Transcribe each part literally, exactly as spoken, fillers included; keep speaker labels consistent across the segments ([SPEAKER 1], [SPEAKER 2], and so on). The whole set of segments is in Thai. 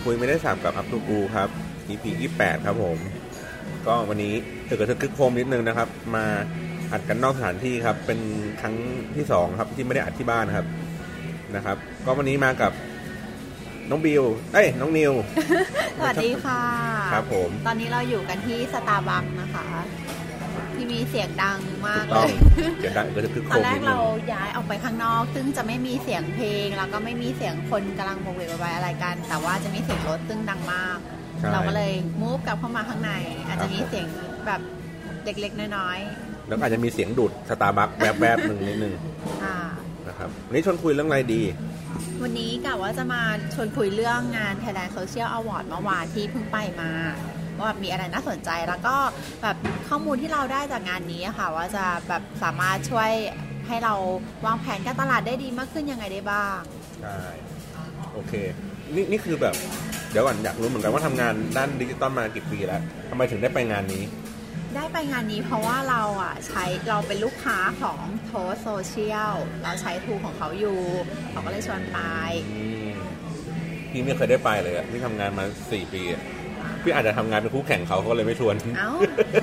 [SPEAKER 1] คุยไม่ได้สับกับอัพทูกูครับ อี พี ยี่สิบแปดครับผมก็วันนี้เกิดกระทึกคึกโครมนิดนึงนะครับมาอัดกันนอกสถานที่ครับเป็นครั้งที่สองครับที่ไม่ได้อัดที่บ้านครับนะครับก็วันนี้มากับน้องบิวเอ้ยน้องนิว
[SPEAKER 2] สวัสดีค่ะ
[SPEAKER 1] ครับผม
[SPEAKER 2] ตอนนี้เราอยู่กันที่สตาร์บัคนะคะที่มีเสียงดังมากเลย
[SPEAKER 1] เสียงดังเกิดคึกโครม
[SPEAKER 2] ตอนแรกเราย้ายออกไปข้างนอกซึ่งจะไม่มีเสียงเพลงแล้วก็ไม่มีเสียงคนกำลังโวกเวกไปอะไรกันแต่ว่าจะมีเสียงรถซึ่งดังมากเราก็เลยมูฟกลับเข้ามาข้างในอาจจะมีเสียงแบบเล็กๆน้อย
[SPEAKER 1] ๆแล้วอาจจะมีเสียงดูดสตาร์บัคแวบๆนึงนิดนึงนะครับวันนี้ชวนคุยเรื่องอะไรดี
[SPEAKER 2] วันนี้กะว่าจะมาชวนคุยเรื่องงาน Thailand Social Award เมื่อวานที่เพิ่งไปมาว่ามีอะไรน่าสนใจแล้วก็แบบข้อมูลที่เราได้จากงานนี้ค่ะว่าจะแบบสามารถช่วยให้เราวางแผนการตลาดได้ดีมากขึ้นยังไงได้บ้าง
[SPEAKER 1] ใช่โอเคนี่นี่คือแบบเดี๋ยวก่อนอยากรู้เหมือนกันว่าทำงานด้านดิจิตอลมากี่ปีแล้วทำไมถึงได้ไปงานนี้
[SPEAKER 2] ได้ไปงานนี้เพราะว่าเราอ่ะใช้เราเป็นลูกค้าของโทสโซเชียลเราใช้ทูของเขาอยู่เขาก็เลยชวนไป
[SPEAKER 1] พี่ไม่เคยได้ไปเลยอ่ะพี่ทำงานมาสี่ปีพี่อาจจะทำงานเป็นคู่แข่งเขาเขาเลยไม่ชวนเอ้า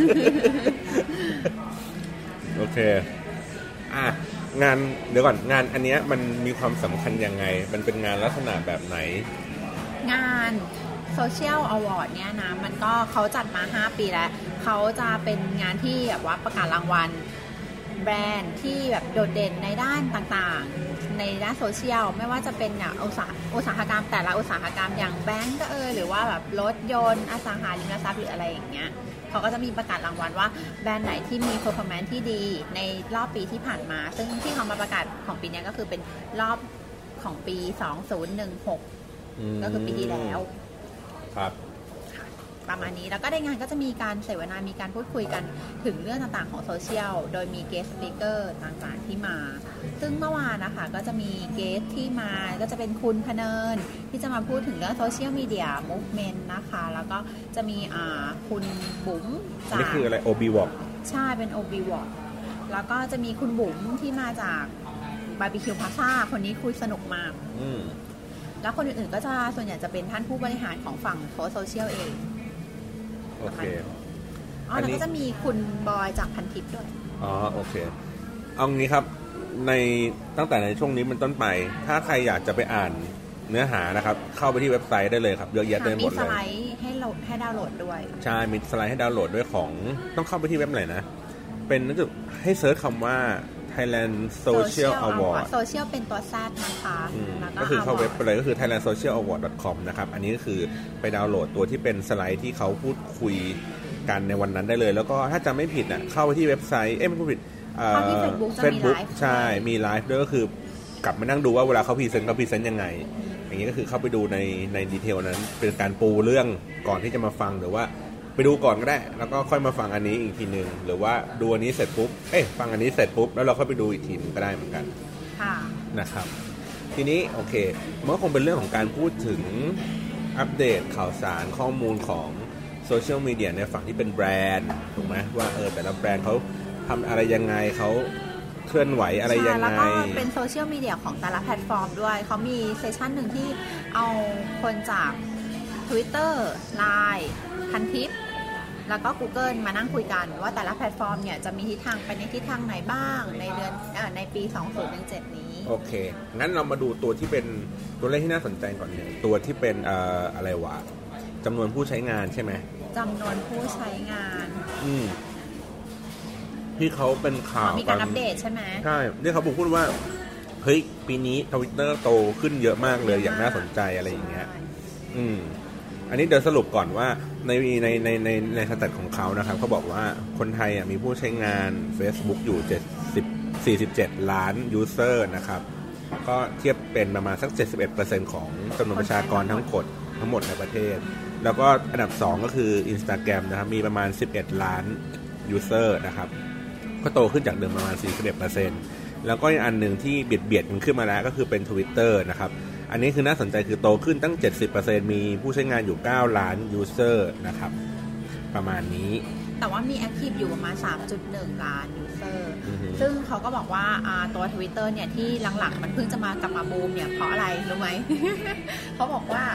[SPEAKER 1] โอเคอ่ะงานเดี๋ยวก่อนงานอันเนี้ยมันมีความสำคัญยังไงมันเป็นงานลักษณะแบบไหน
[SPEAKER 2] งานSocial Award เนี่ยนะมันก็เขาจัดมาห้าปีแล้วเขาจะเป็นงานที่แบบว่าประกาศรางวัลแบรนด์ที่แบบโดดเด่นในด้านต่างๆในด้านโซเชียลไม่ว่าจะเป็นอย่างอุตสาหอุตสาหกรรมแต่ละอุตสาหกรรมอย่างแบงก์ก็เออหรือว่าแบบรถยนต์อสังหาริมทรัพย์หรืออะไรอย่างเงี้ยเขาก็จะมีประกาศรางวัลว่าแบรนด์ไหนที่มี performance ที่ดีในรอบปีที่ผ่านมาซึ่งที่เขามาประกาศของปีนี้ก็คือเป็นรอบของปีสองพันสิบหกก็คือปีที่แล้ว
[SPEAKER 1] ครับ
[SPEAKER 2] ประมาณนี้แล้วก็ในงานก็จะมีการเสวนามีการพูดคุยกันถึงเรื่องต่างๆของโซเชียลโดยมี guest speaker ต่างๆที่มาซึ่งเมื่อวานนะคะก็จะมี guest ที่มาก็จะเป็นคุณพเนินที่จะมาพูดถึงเรื่อง social media movement นะคะแล้วก็จะมีอ่าคุณบุ๋มจาก
[SPEAKER 1] นี่คืออะไร โอ บี Walk
[SPEAKER 2] ใช่เป็น โอ บี Walk แล้วก็จะมีคุณบุ๋มที่มาจาก Barbecue Plaza คนนี้คุยสนุกมากอืมแล้วคนอื่นๆก็จะส่วนใหญ่จะเป็นท่านผู้บริหารของฝั่งโพสโซเชียลเอง
[SPEAKER 1] โอเค
[SPEAKER 2] อ๋อแล้วก็จะมีคุณบอยจากพันทิปด้วย
[SPEAKER 1] อ๋อโอเคเอางี้ครับในตั้งแต่ในช่วงนี้เป็นต้นไปถ้าใครอยากจะไปอ่านเนื้อหานะครับเข้าไปที่เว็บไซต์ได้เลยครับเยอะแยะเต็มหมดเลยมี
[SPEAKER 2] สไลด์ให้เราให้ดาวน์โหลดด้วย
[SPEAKER 1] ใช่มีสไลด์ให้ดาวน์โหลดด้วยของต้องเข้าไปที่เว็บไหนนะเป็นนึกถึงให้เซิร์ชคำว่าThailand Social Award
[SPEAKER 2] Social เป็นตัว Z นะคะ
[SPEAKER 1] ก็คือเข้าเว็บไปเลยก็คือ ไทยแลนด์โซเชียลอวอร์ด ดอท คอม นะครับอันนี้ก็คือไปดาวน์โหลดตัวที่เป็นสไลด์ที่เขาพูดคุยกันในวันนั้นได้เลยแล้วก็ถ้าจำไม่ผิดอ่ะเข้าไปที่เว็บไซต์เอ๊ะไม่พูดผิดเอ่อ Facebook ใช่มีไลฟ์ด้วยก็คือกลับมานั่งดูว่าเวลาเขาพรีเซนต์เขาพรีเซนต์ยังไงอย่างนี้ก็คือเข้าไปดูในในดีเทลนั้นเป็นการปูเรื่องก่อนที่จะมาฟังหรือว่าไปดูก่อนก็ได้แล้วก็ค่อยมาฟังอันนี้อีกทีนึงหรือว่าดูอันนี้เสร็จปุ๊บเอ๊ะฟังอันนี้เสร็จปุ๊บแล้วเราค่อยไปดูอีกทีนึงก็ได้เหมือนกัน
[SPEAKER 2] ค่ะ
[SPEAKER 1] นะครับทีนี้โอเคมันก็คงเป็นเรื่องของการพูดถึงอัปเดตข่าวสารข้อมูลของโซเชียลมีเดียในฝั่งที่เป็นแบรนด์ถูกไหมว่าเออแต่ละแบรนด์เขาทำอะไรยังไงเขาเคลื่อนไหวอะไรยังไง
[SPEAKER 2] แล้วก็เป็นโซเชียลมีเดียของแต่ละแพลตฟอร์มด้วยเขามีเซสชั่นหนึ่งที่เอาคนจาก Twitter ไลน์ พันทิปแล้วก็ Google มานั่งคุยกันว่าแต่ละแพลตฟอร์มเนี่ยจะมีทิศทางไปในทิศทางไหนบ้างในเดือนเอ่อในปีสองพันสิบเจ็ดนี้
[SPEAKER 1] โอเคงั้นเรามาดูตัวที่เป็นตัวเลขที่น่าสนใจก่อนเนี่ยตัวที่เป็นเอ่ออะไรวะจำนวนผู้ใช้งานใช่ไหม
[SPEAKER 2] จำนวนผู้ใช้งาน
[SPEAKER 1] อืมที่เขาเป็นข่าว
[SPEAKER 2] มีการอัปเดตใช่ไหม
[SPEAKER 1] ใช่ที่เขาบอกพูดว่าเฮ้ยปีนี้ Twitter โตขึ้นเยอะมากเลยอย่างน่าสนใจอะไรอย่างเงี้ยอืมอันนี้เดี๋ยวสรุปก่อนว่าในในในในในสแตทของเขานะครับเขาบอกว่าคนไทยอ่ะมีผู้ใช้งาน Facebook อยู่เจ็ดสิบ สี่สิบเจ็ดล้านยูเซอร์นะครับก็เทียบเป็นประมาณสัก เจ็ดสิบเอ็ดเปอร์เซ็นต์ ของจำนวนประชากรทั้งหมดทั้งหมดในประเทศแล้วก็อันดับสองก็คือ Instagram นะครับมีประมาณสิบเอ็ดล้านยูเซอร์นะครับก็โตขึ้นจากเดิมประมาณ สี่สิบเอ็ดเปอร์เซ็นต์ แล้วก็อีกอันนึงที่เบียดเบียดกันขึ้นมาแล้วก็คือเป็น Twitter นะครับอันนี้คือน่าสนใจคือโตขึ้นตั้ง เจ็ดสิบเปอร์เซ็นต์ มีผู้ใช้งานอยู่เก้าล้านยูเซอร์นะครับประมาณนี้
[SPEAKER 2] แต่ว่ามีแอคทีฟอยู่ประมาณ สามจุดหนึ่ง ล้านยูเซอร์ซึ่งเขาก็บอกว่าตัว Twitter เนี่ยที่หลังๆมันเพิ่งจะมากลับมาบูมเนี่ยเพราะอะไรรู้ไหม เขาบอกว่า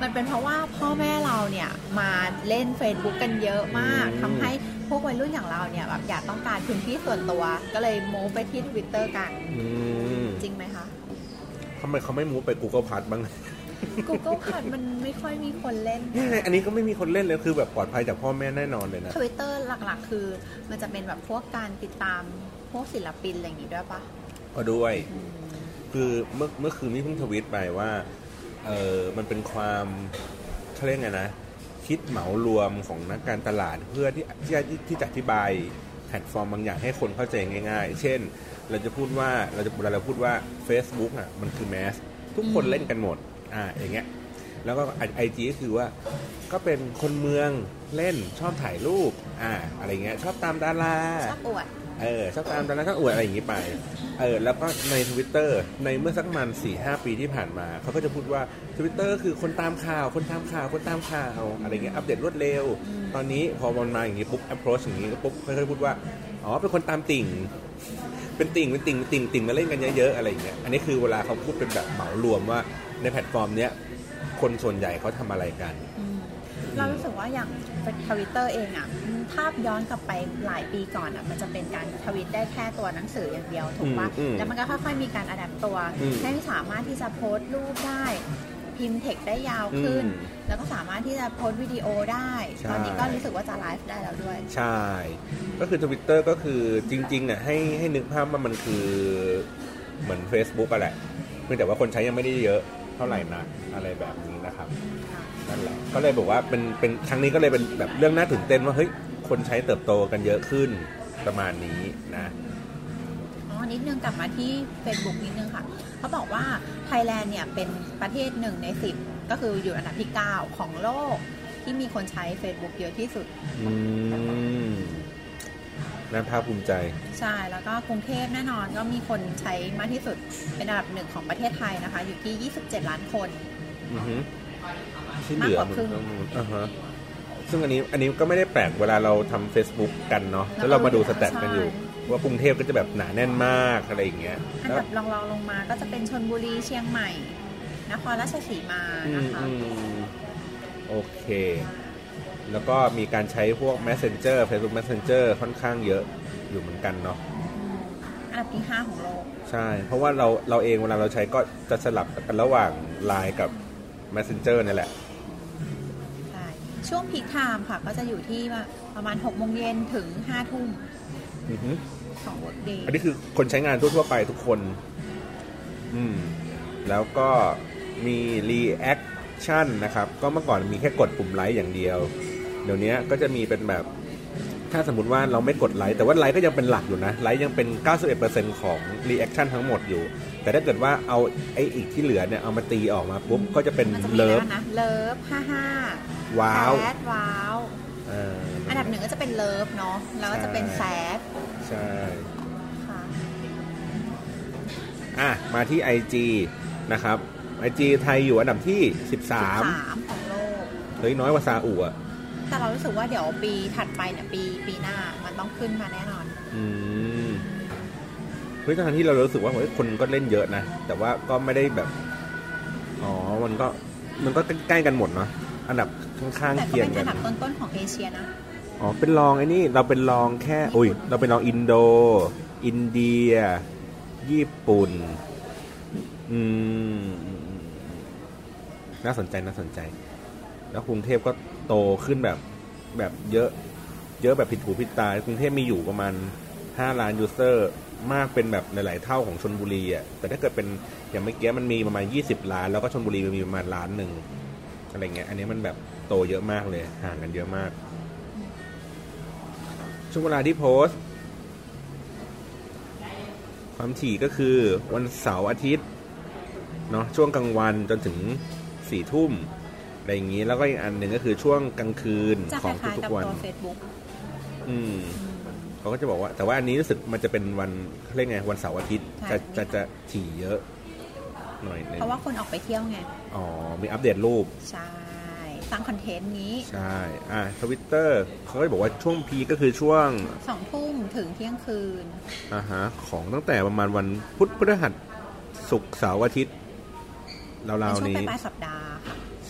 [SPEAKER 2] มันเป็นเพราะว่าพ่อแม่เราเนี่ยมาเล่น Facebook กันเยอะมากทำให้พวกวัยรุ่นอย่างเราเนี่ยแบบอยากต้องการพื้นที่ส่วนตัวก็เลยมูฟไปที่ Twitter กันจริงไหมคะ
[SPEAKER 1] ทำไมเขาไม่มูฟไป Google Plus บ้าง
[SPEAKER 2] Google Plus มันไม่ค่อยมีคนเล่น
[SPEAKER 1] นี่ไงอันนี้ก็ไม่มีคนเล่นเลยคือแบบปลอดภัยจากพ่อแม่แน่นอนเลยนะ
[SPEAKER 2] Twitter หลักๆคือมันจะเป็นแบบพวกการติดตามพวกศิลปินอะไรอย่างนี้ด้วยปะ
[SPEAKER 1] ก็ด้วยคือเมื่อเมื่อคืนนี้เพิ่งทวีตไปว่าเออมันเป็นความเขาเรียกไงนะคิดเหมารวมของนักการตลาดเพื่อที่ที่ที่จะอธิบายแพลตฟอร์มบางอย่างให้คนเข้าใจง่ายๆเช่นเราจะพูดว่าเราจะเวลาเราพูดว่า Facebook อ่ะมันคือแมสทุกคนเล่นกันหมดอ่าอย่างเงี้ยแล้วก็ ไอ จี ก็คือว่าก็เป็นคนเมืองเล่นชอบถ่ายรูปอ่าอะไรเงี้ยชอบตามดารา
[SPEAKER 2] ชอบอวด
[SPEAKER 1] เออชอบตามดาราชอบอวดอะไรอย่างงี้ไปเออแล้วก็ใน Twitter ในเมื่อสักประมาณ สี่ห้า ปีที่ผ่านมาเขาก็จะพูดว่า Twitter คือคนตามข่าวคนตามข่าวคนตามข่าวอะไรเงี้ยอัปเดตรวดเร็วตอนนี้พอมันมาอย่างงี้ปุ๊บ approach อย่างงี้ก็ปุ๊บค่อยๆพูดว่าอ๋อเป็นคนตามติ่งเป็นติ่งเป็นติ่งติ่งติ่งมาเล่นกันเยอะๆอะไรอย่างเงี้ยอันนี้คือเวลาเขาพูดเป็นแบบเหมารวมว่าในแพลตฟอร์มเนี้ยคนส่วนใหญ่เขาทำอะไรกัน
[SPEAKER 2] เรารู้สึกว่าอย่างทวิตเตอร์เองอ่ะภาพย้อนกลับไปหลายปีก่อนอ่ะมันจะเป็นการทวิตได้แค่ตัวหนังสืออย่างเดียวถูกปะแล้วมันก็ค่อยๆมีการอัดแอปตัวให้สามารถที่จะโพสต์รูปได้พิมพ์เท็กซ์ได้ยาวขึ้นแล้วก็สามารถที่จะโพสต์วิดีโอได้ตอนนี้ก็รู้สึกว่าจะไลฟ์ได้แล้วด้วย
[SPEAKER 1] ใช่ก็คือ Twitter ก็คือจริงๆอ่ะให้ให้นึกภาพว่ามันคือเหมือน Facebook อ่ะแหละเพียงแต่ว่าคนใช้ยังไม่ได้เยอะเท่าไหร่นักอะไรแบบนี้นะครับนั่นแหละก็เลยบอกว่าเป็นเป็นครั้งนี้ก็เลยเป็นแบบเรื่องน่าตื่นเต้นว่าเฮ้ยคนใช้เติบโตกันเยอะขึ้นประมาณนี้นะ
[SPEAKER 2] อ๋อนิดนึงกลับมาที่ Facebook นิดนึงค่ะเขาบอกว่าไทยแลนด์เนี่ยเป็นประเทศหนึ่งในสิบก็คืออยู่อันดับที่เก้าของโลกที่มีคนใช้ Facebook เยอะที่สุด
[SPEAKER 1] อืมน่าภาคภูมิใจ
[SPEAKER 2] ใช่แล้วก็กรุงเทพแน่นอนก็มีคนใช้มากที่สุดเป็นอันดับหนึ่งของประเทศไทยนะคะอยู่ที่ยี่สิบเจ็ดล้านคน
[SPEAKER 1] อือฮึที่เหลือมันก็อ่าฮะซึ่งอันนี้อันนี้ก็ไม่ได้แปลกเวลาเราทำ Facebook กันเนาะแล้วเรามาดูสแตทกันอยู่ว่ากรุงเทพก็จะแบบหนาแน่นมากอะไรอย่างเงี้ย
[SPEAKER 2] อันดับรองๆลงมาก็จะเป็นชลบุรีเชียงใหม่นครราชสีมานะคะ
[SPEAKER 1] โอเคแล้วก็มีการใช้พวก Messenger Facebook Messenger ค่อนข้างเยอะอยู่เหมือนกันเนาะ
[SPEAKER 2] อันดับที่ห้าของโลก
[SPEAKER 1] ใช่เพราะว่าเราเราเองเวลาเราใช้ก็จะสลับกันระหว่าง ไลน์ กับ Messenger นี่แหละ
[SPEAKER 2] ใช่ช่วงพีคไทม์ค่ะก็จะอยู่ที่ประมาณหกโมงเย็นถึงห้าทุ่ม
[SPEAKER 1] อือฮึ
[SPEAKER 2] ของ Workday
[SPEAKER 1] อันนี้คือคนใช้งานทั่วๆไปทุกคนอืมแล้วก็มี Reaction นะครับก็เมื่อก่อนมีแค่กดปุ่มไลค์อย่างเดียวเดี๋ยวนี้ก็จะมีเป็นแบบถ้าสมมุติว่าเราไม่กดไลค์แต่ว่าไลค์ก็ยังเป็นหลักอยู่นะไลค์ยังเป็น เก้าสิบเอ็ดเปอร์เซ็นต์ ของ Reaction ทั้งหมดอยู่แต่ถ้าเกิดว่าเอาไอ้อีกที่เหลือเนี่ยเอามาตีออกมาปุ๊บก็จะเป็นเลิฟ
[SPEAKER 2] นะเลิฟห้าสิบห้า
[SPEAKER 1] ว้าว
[SPEAKER 2] แซดว้าวอันดับหนึ่งก็จะเป็นเลิฟเนาะแล้วก็จะเป็นแซด
[SPEAKER 1] ใช่ค่ะอ่ะมาที่ ไอ จี นะครับ ไอ จี ไทยอยู่อันดับที่สิบสาม
[SPEAKER 2] ของโลก
[SPEAKER 1] เฮ้ยน้อยกว่าซาอุอ่ะ
[SPEAKER 2] แต่เรารู้สึกว่าเดี๋ยวปีถัดไปเนี่ยปีปีหน้ามันต้องขึ้นมาแน่นอน
[SPEAKER 1] อืมเฮ้ยทั้งที่เรารู้สึกว่าเฮ้ยคนก็เล่นเยอะนะแต่ว่าก็ไม่ได้แบบอ๋อมันก็มันก็ใกล้ๆกันหมดเนาะอันดับข้างๆเคียงกัน
[SPEAKER 2] แต่ก็เป็นอันดับต้นๆของเอเชียนะ
[SPEAKER 1] อ๋อเป็นรองไอ้นี่เราเป็นรองแค่อุ้ยเราเป็นรองอินโดอินเดียญี่ปุ่นอืมน่าสนใจน่าสนใจแล้วกรุงเทพก็โตขึ้นแบบแบบเยอะเยอะแบบผิดหูผิดตากรุงเทพมีอยู่ประมาณห้าล้านยูเซอร์มากเป็นแบบหลายๆเท่าของชลบุรีอ่ะแต่ถ้าเกิดเป็นอย่างเมื่อกี้มันมีประมาณยี่สิบล้านแล้วก็ชลบุรีมันมีประมาณล้านนึงอะไรเงี้ยอันนี้มันแบบโตเยอะมากเลยห่างกันเยอะมากช่วงเวลาที่โพสต์ความถี่ก็คือวันเสาร์อาทิตย์เนาะช่วงกลางวันจนถึงสี่ทุ่มอะไรอย่างนี้แล้วก็อีกอันหนึ่งก็คือช่วงกลางคืนของทุกๆวันอืมเขาก็จะบอกว่าแต่ว่าอันนี้รู้สึกมันจะเป็นวันเรียกไงวันเสาร์อาทิตย์จะจะจะถี่เยอะหน่อยนึง
[SPEAKER 2] เพราะว่าคนออกไปเที่ยวไง
[SPEAKER 1] อ๋อมีอัปเดตรูป
[SPEAKER 2] ใช่สร้างคอนเทนต์นี้
[SPEAKER 1] ใช่อ่ะ Twitter เขาก็บอกว่าช่วงพีก็คือช่วง
[SPEAKER 2] สองทุ่มถึงเที่ยงคืน
[SPEAKER 1] อ่าฮะของตั้งแต่ประมาณวันพุธพฤหัสศุกร์เสาร์อาทิตย์ราวๆนี้
[SPEAKER 2] ช่วงปลายสัปดาห์ค่ะ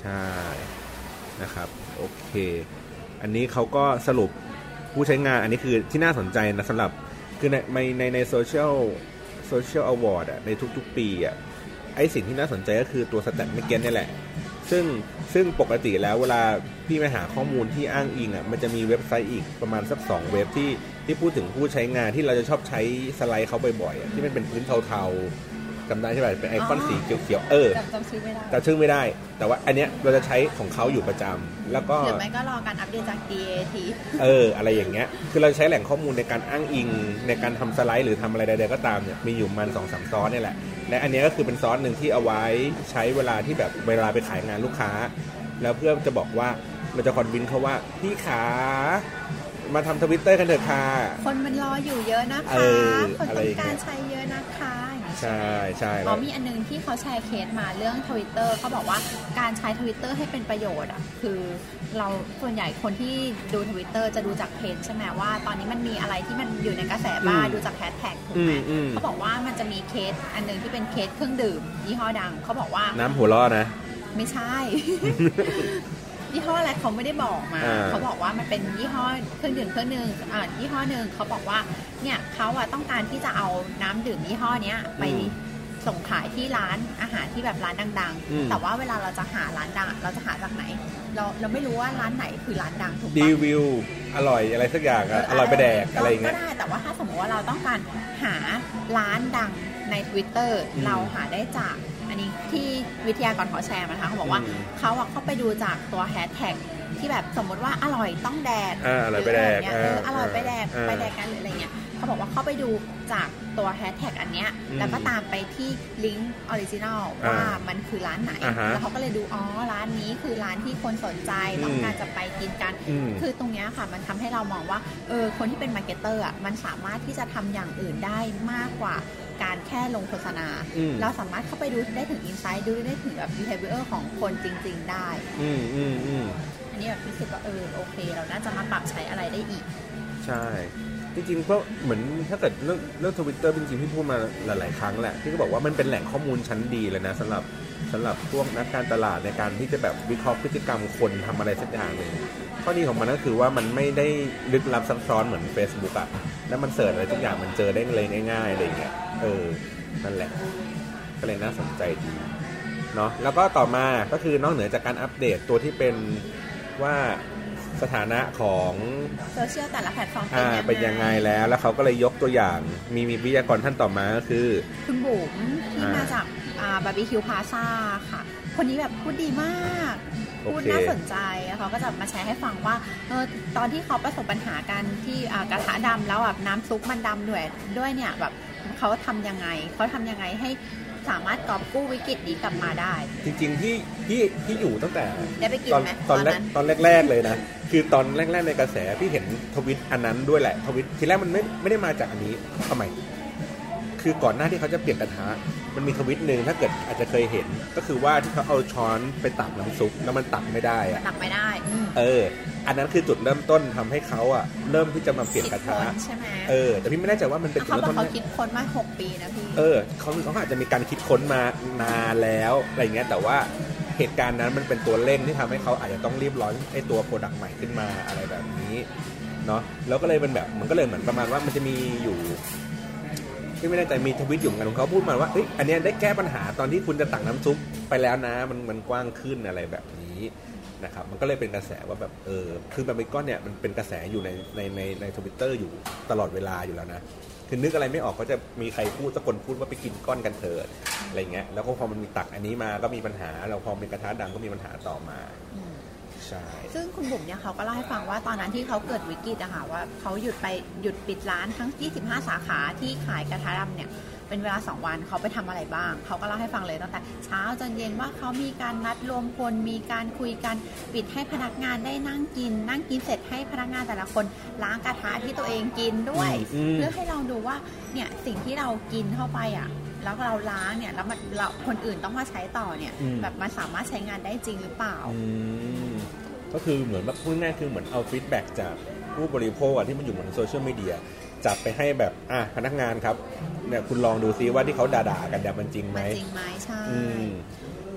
[SPEAKER 1] ใช่นะครับโอเคอันนี้เขาก็สรุปผู้ใช้งานอันนี้คือที่น่าสนใจนะสำหรับคือในในในในโซเชียลโซเชียลอวอร์ดอ่ะในทุกๆปีอ่ะไอสิ่งที่น่าสนใจก็คือตัวสแตทเมื่อกี้นี่แหละซึ่งซึ่งปกติแล้วเวลาพี่ไปหาข้อมูลที่อ้างอิงอ่ะมันจะมีเว็บไซต์อีกประมาณสักสองเว็บที่ที่พูดถึงผู้ใช้งานที่เราจะชอบใช้สไลด์เขาบ่อยๆอ่ะที่มันเป็นพื้นเทาๆจำได้ใช่ไหมเป็นไอคอนสีเขียวๆเออ
[SPEAKER 2] จำชื่อไม่ได้
[SPEAKER 1] จำชื่อไม่ได้แต่ว่าอันเนี้ยเราจะใช้ของเขาอยู่ประจำแล้วก็
[SPEAKER 2] หรือไม่ก็รอการอัปเดตจาก ดี เอ ที
[SPEAKER 1] เอออะไรอย่างเงี้ยคือเราใช้แหล่งข้อมูลในการอ้างอิงในการทำสไลด์หรือทำอะไรใดๆก็ตามเนี่ยมีอยู่มัน สองสาม ซอสนี่แหละและอันนี้ก็คือเป็นซอสหนึ่งที่เอาไว้ใช้เวลาที่แบบเวลาไปขายงานลูกค้าแล้วเพื่อจะบอกว่าเราจะคอนวินเขาว่าพี่ขามาทำ Twitter กันเถอะค่ะ
[SPEAKER 2] คนมันรออยู่เยอะนะคะคนต้องการใช้เยอะนะคะ
[SPEAKER 1] ใช่ใช่
[SPEAKER 2] อ๋อมีอันนึงที่เขาแชร์เคสมาเรื่อง Twitter เขาบอกว่าการใช้ Twitter ให้เป็นประโยชน์อ่ะคือเราส่วนใหญ่คนที่ดู Twitter จะดูจากเพจใช่ไหมว่าตอนนี้มันมีอะไรที่มันอยู่ในกระแสบ้างดูจากแฮชแท็กถูกไหมเขาบอกว่ามันจะมีเคสอันนึงที่เป็นเคสเครื่องดื่มยี่ห้อดังเขาบอกว่า
[SPEAKER 1] น้ำหัวล้อนะ
[SPEAKER 2] ไม่ใช่ ยี่ห้ออะไรเขาไม่ได้บอกมาเขาบอกว่ามันเป็นยี่ห้อเครื่องดื่มเครื่องนึงอ่ายี่ห้อนึงเขาบอกว่าเนี่ยเขาอะต้องการที่จะเอาน้ำดื่มยี่ห้อเนี้ยไปส่งขายที่ร้านอาหารที่แบบร้านดังๆแต่ว่าเวลาเราจะหาร้านดังเราจะหาจากไหนเราเราไม่รู้ว่าร้านไหนคือร้านดังถูกปะ
[SPEAKER 1] รีวิวอร่อยอะไรสักอย่างอะอร่อยไปแดกอะไรอย่างเงี้ย
[SPEAKER 2] ก็ได้แต่ว่าถ้าสมมติว่าเราต้องการหาร้านดังใน Twitter เราหาได้จากอันนี้ที่วิทยากรเขาแชร์มานะคะเขาบอกว่าเขาอะเข้าไปดูจากตัวแฮชแท็กที่แบบสมมติว่าอร่อยต้องแดก
[SPEAKER 1] อร่อยไปแดก
[SPEAKER 2] เอออร่อยไปแดกไปแดกกันหรืออะไรเงี้ยเขาบอกว่าเข้าไปดูจากตัวแฮชแท็กอันเนี้ยแล้วก็ตามไปที่ลิงก์ออริจินัลว่ามันคือร้านไหนแล้วเขาก็เลยดูอ๋อร้านนี้คือร้านที่คนสนใจต้องการจะไปกินกันคือตรงเนี้ยค่ะมันทำให้เรามองว่าเออคนที่เป็นมาร์เก็ตเตอร์อ่ะมันสามารถที่จะทำอย่างอื่นได้มากกว่าการแค่ลงโฆษณาเราสามารถเข้าไปดูได้ถึงอินไซต์ดูได้ถึงแบบ behavior ของคนจริงๆได้
[SPEAKER 1] อืมอืมอืม
[SPEAKER 2] อันนี้แบบรู้สึกว่าเออโอเคเราน่าจะมาปรับใช้อะไรได้อีก
[SPEAKER 1] ใช่จริงๆก็เหมือนถ้าเกิดเรื่องเรื่อง Twitter จริงๆพี่พูดมาหลายๆครั้งแหละที่ก็บอกว่ามันเป็นแหล่งข้อมูลชั้นดีเลยนะสำหรับสำหรับพวกนักการตลาดในการที่จะแบบวิเคราะห์พฤติกรรมคนทำอะไรสักอย่างนึงข้อดีของมันก็คือว่ามันไม่ได้ลึกลับซับซ้อนเหมือน Facebook อ่ะแล้วมันเสิร์ชอะไรทุกอย่างมันเจอได้เลยง่ายๆอะไรอย่างเงี้ยเออนั่นแหละก็เลยน่าสนใจดีเนาะแล้วก็ต่อมาก็คือนอกเหนือจากการอัปเดตตัวที่เป็นว่าสถานะของ
[SPEAKER 2] โซเชียลแต่ละแพลตฟอร์ม
[SPEAKER 1] เป็นยังไงแล้วแล้วเขาก็เลยยกตัวอย่างมีมีวิทยากรท่านต่อมาก็คือ
[SPEAKER 2] คุณบุ๋มที่มาจากบาร์บีคิวพาซ่าค่ะคนนี้แบบพูดดีมากพูดน่าสนใจเขาก็จะมาแชร์ให้ฟังว่าเออตอนที่เขาประสบปัญหากันที่กระทะดำแล้วแบบน้ำซุปมันดำด้วยด้วยเนี่ยแบบเขาทำยังไงเขาทำยังไงให้สามารถกอบกู้วิกฤตนี้กลับมาได้
[SPEAKER 1] จริงๆที่ที่ที่อยู่ตั้งแต่
[SPEAKER 2] ได้ไปกินไหม
[SPEAKER 1] ตอนแรกตอนแรกๆเลยนะคือตอนแรกๆในกระแสพี่เห็นทวิตอันนั้นด้วยแหละทวิตทีแรกมันไม่ไม่ได้มาจากอันนี้ทำไมคือก่อนหน้าที่เขาจะเปลี่ยนกระทะมันมีทวิตนึงถ้าเกิดอาจจะเคยเห็นก็คือว่าที่เขาเอาช้อนไปตักน้ำซุปแล้วมันตักไม่ได้อะ
[SPEAKER 2] ตักไม่ได้
[SPEAKER 1] เอออันนั้นคือจุดเริ่มต้นทำให้เขาอะเริ่มที่จะมาเปลี่ยนกระทะ
[SPEAKER 2] ใช่ไหม
[SPEAKER 1] เออแต่พี่ไม่แน่ใจว่ามันเป็นจุด
[SPEAKER 2] เริ่
[SPEAKER 1] มต้น
[SPEAKER 2] เขาคิดค้นมาหกปีนะพี่
[SPEAKER 1] เออเขาเขาอาจจะมีการคิดค้นมานานแล้วอะไรเงี้ยแต่ว่าเหตุการณ์นั้นมันเป็นตัวเร่งที่ทำให้เขาอาจจะต้องรีบร้อนไอ้ตัวโปรดักต์ใหม่ขึ้นมาอะไรแบบนี้เนาะแล้วก็เลยเป็นแบบมันก็เลยเหมือนประมาณว่ามันจะมีอยู่ที่ไม่แน่ใจมีทวิตอยู่เหมือนกันของเขาพูดมาว่าเฮ้ยอันนี้ได้แก้ปัญหาตอนที่คุณจะตักน้ำซุปไปแล้วนะมันมันกว้างขึ้นอะไรแบบนี้นะครับมันก็เลยเป็นกระแสว่าแบบเออคือบาร์บีคอนเนี่ยมันเป็นกระแสอยู่ในในในใน Twitter อยู่ตลอดเวลาอยู่แล้วนะคือนึกอะไรไม่ออกก็จะมีใครพูดสักคนพูดว่าไปกินก้อนกันเถิดอะไรเงี้ยแล้วก็พอมันมีตักอันนี้มาก็มีปัญหาแล้วพอมีกระทะดังก็มีปัญหาต่อมาใช่
[SPEAKER 2] ซึ่งคุณบุ๋มเนี่ยเขาก็เล่าให้ฟังว่าตอนนั้นที่เขาเกิดวิกฤตอะค่ะว่าเขาหยุดไปหยุดปิดร้านทั้งยี่สิบห้าสาขาที่ขายกระทะดำเนี่ยเป็นเวลาสองวันเขาไปทำอะไรบ้างเขาก็เล่าให้ฟังเลยตั้งแต่เช้าจนเย็นว่าเขามีการนัดรวมพลมีการคุยกันปิดให้พนักงานได้นั่งกินนั่งกินเสร็จให้พนักงานแต่ละคนล้างกระทะที่ตัวเองกินด้วยเพื่อให้ลองดูว่าเนี่ยสิ่งที่เรากินเข้าไปอะแล้วเราล้างเนี่ยแล้วมันเราคนอื่นต้องมาใช้ต่อเนี่ยแบบมันสามารถใช้งานได้จริงหรือเปล่า
[SPEAKER 1] ก็คือเหมือนแบบพูดง่ายคือเหมือนเอาฟีดแบ็กจากผู้บริโภคที่มันอยู่บนโซเชียลมีเดียจับไปให้แบบอ่ะพนักงานครับเนี่ยคุณลองดูซิว่าที่เขาด่าๆกันเนี่ยมันจริงไหม
[SPEAKER 2] จริงไหมใช่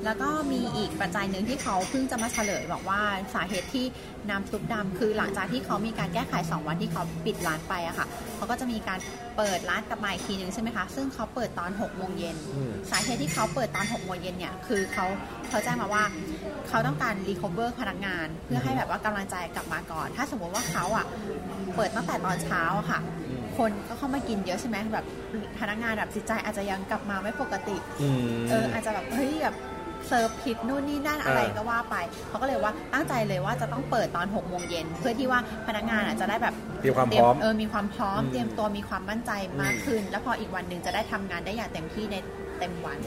[SPEAKER 2] แล้วก็มีอีกปัจจัยหนึ่งที่เขาเพิ่งจะมาเฉลยบอกว่าสาเหตุที่น้ำซุปดำคือหลังจากที่เขามีการแก้ไขสองวันที่เขาปิดร้านไปอะค่ะเขาก็จะมีการเปิดร้านกลับมาอีกทีนึงใช่ไหมคะซึ่งเขาเปิดตอนหกโมงเย็นสาเหตุที่เขาเปิดตอนหกโมงเย็นเนี่ยคือเขาเขาแจ้งมาว่าเขาต้องการรีคอเวอร์พนักงานเพื่อให้แบบว่ากำลังใจกลับมาก่อนถ้าสมมติว่าเขาอะเปิดตั้งแต่ตอนเช้าอะค่ะคนก็เข้ามากินเยอะใช่ไหมแบบพนักงานแบบจิตใจอาจจะยังกลับมาไม่ปกติเอออาจจะแบบเฮ้ยแบบเซิร์ฟผิดนู่นนี่นั่นอะไรก็ว่าไปเขาก็เลยว่าตั้งใจเลยว่าจะต้องเปิดตอนหกโมงเย็นเพื่อที่ว่าพนักงานจะได้แบบ
[SPEAKER 1] เตรียมความพร้อม
[SPEAKER 2] เออมีความพร้อมเตรียมตัวมีความมั่นใจมากขึ้นแล้วพออีกวันหนึ่งจะได้ทำงานได้อย่างเต็มที่ในเต็มวัน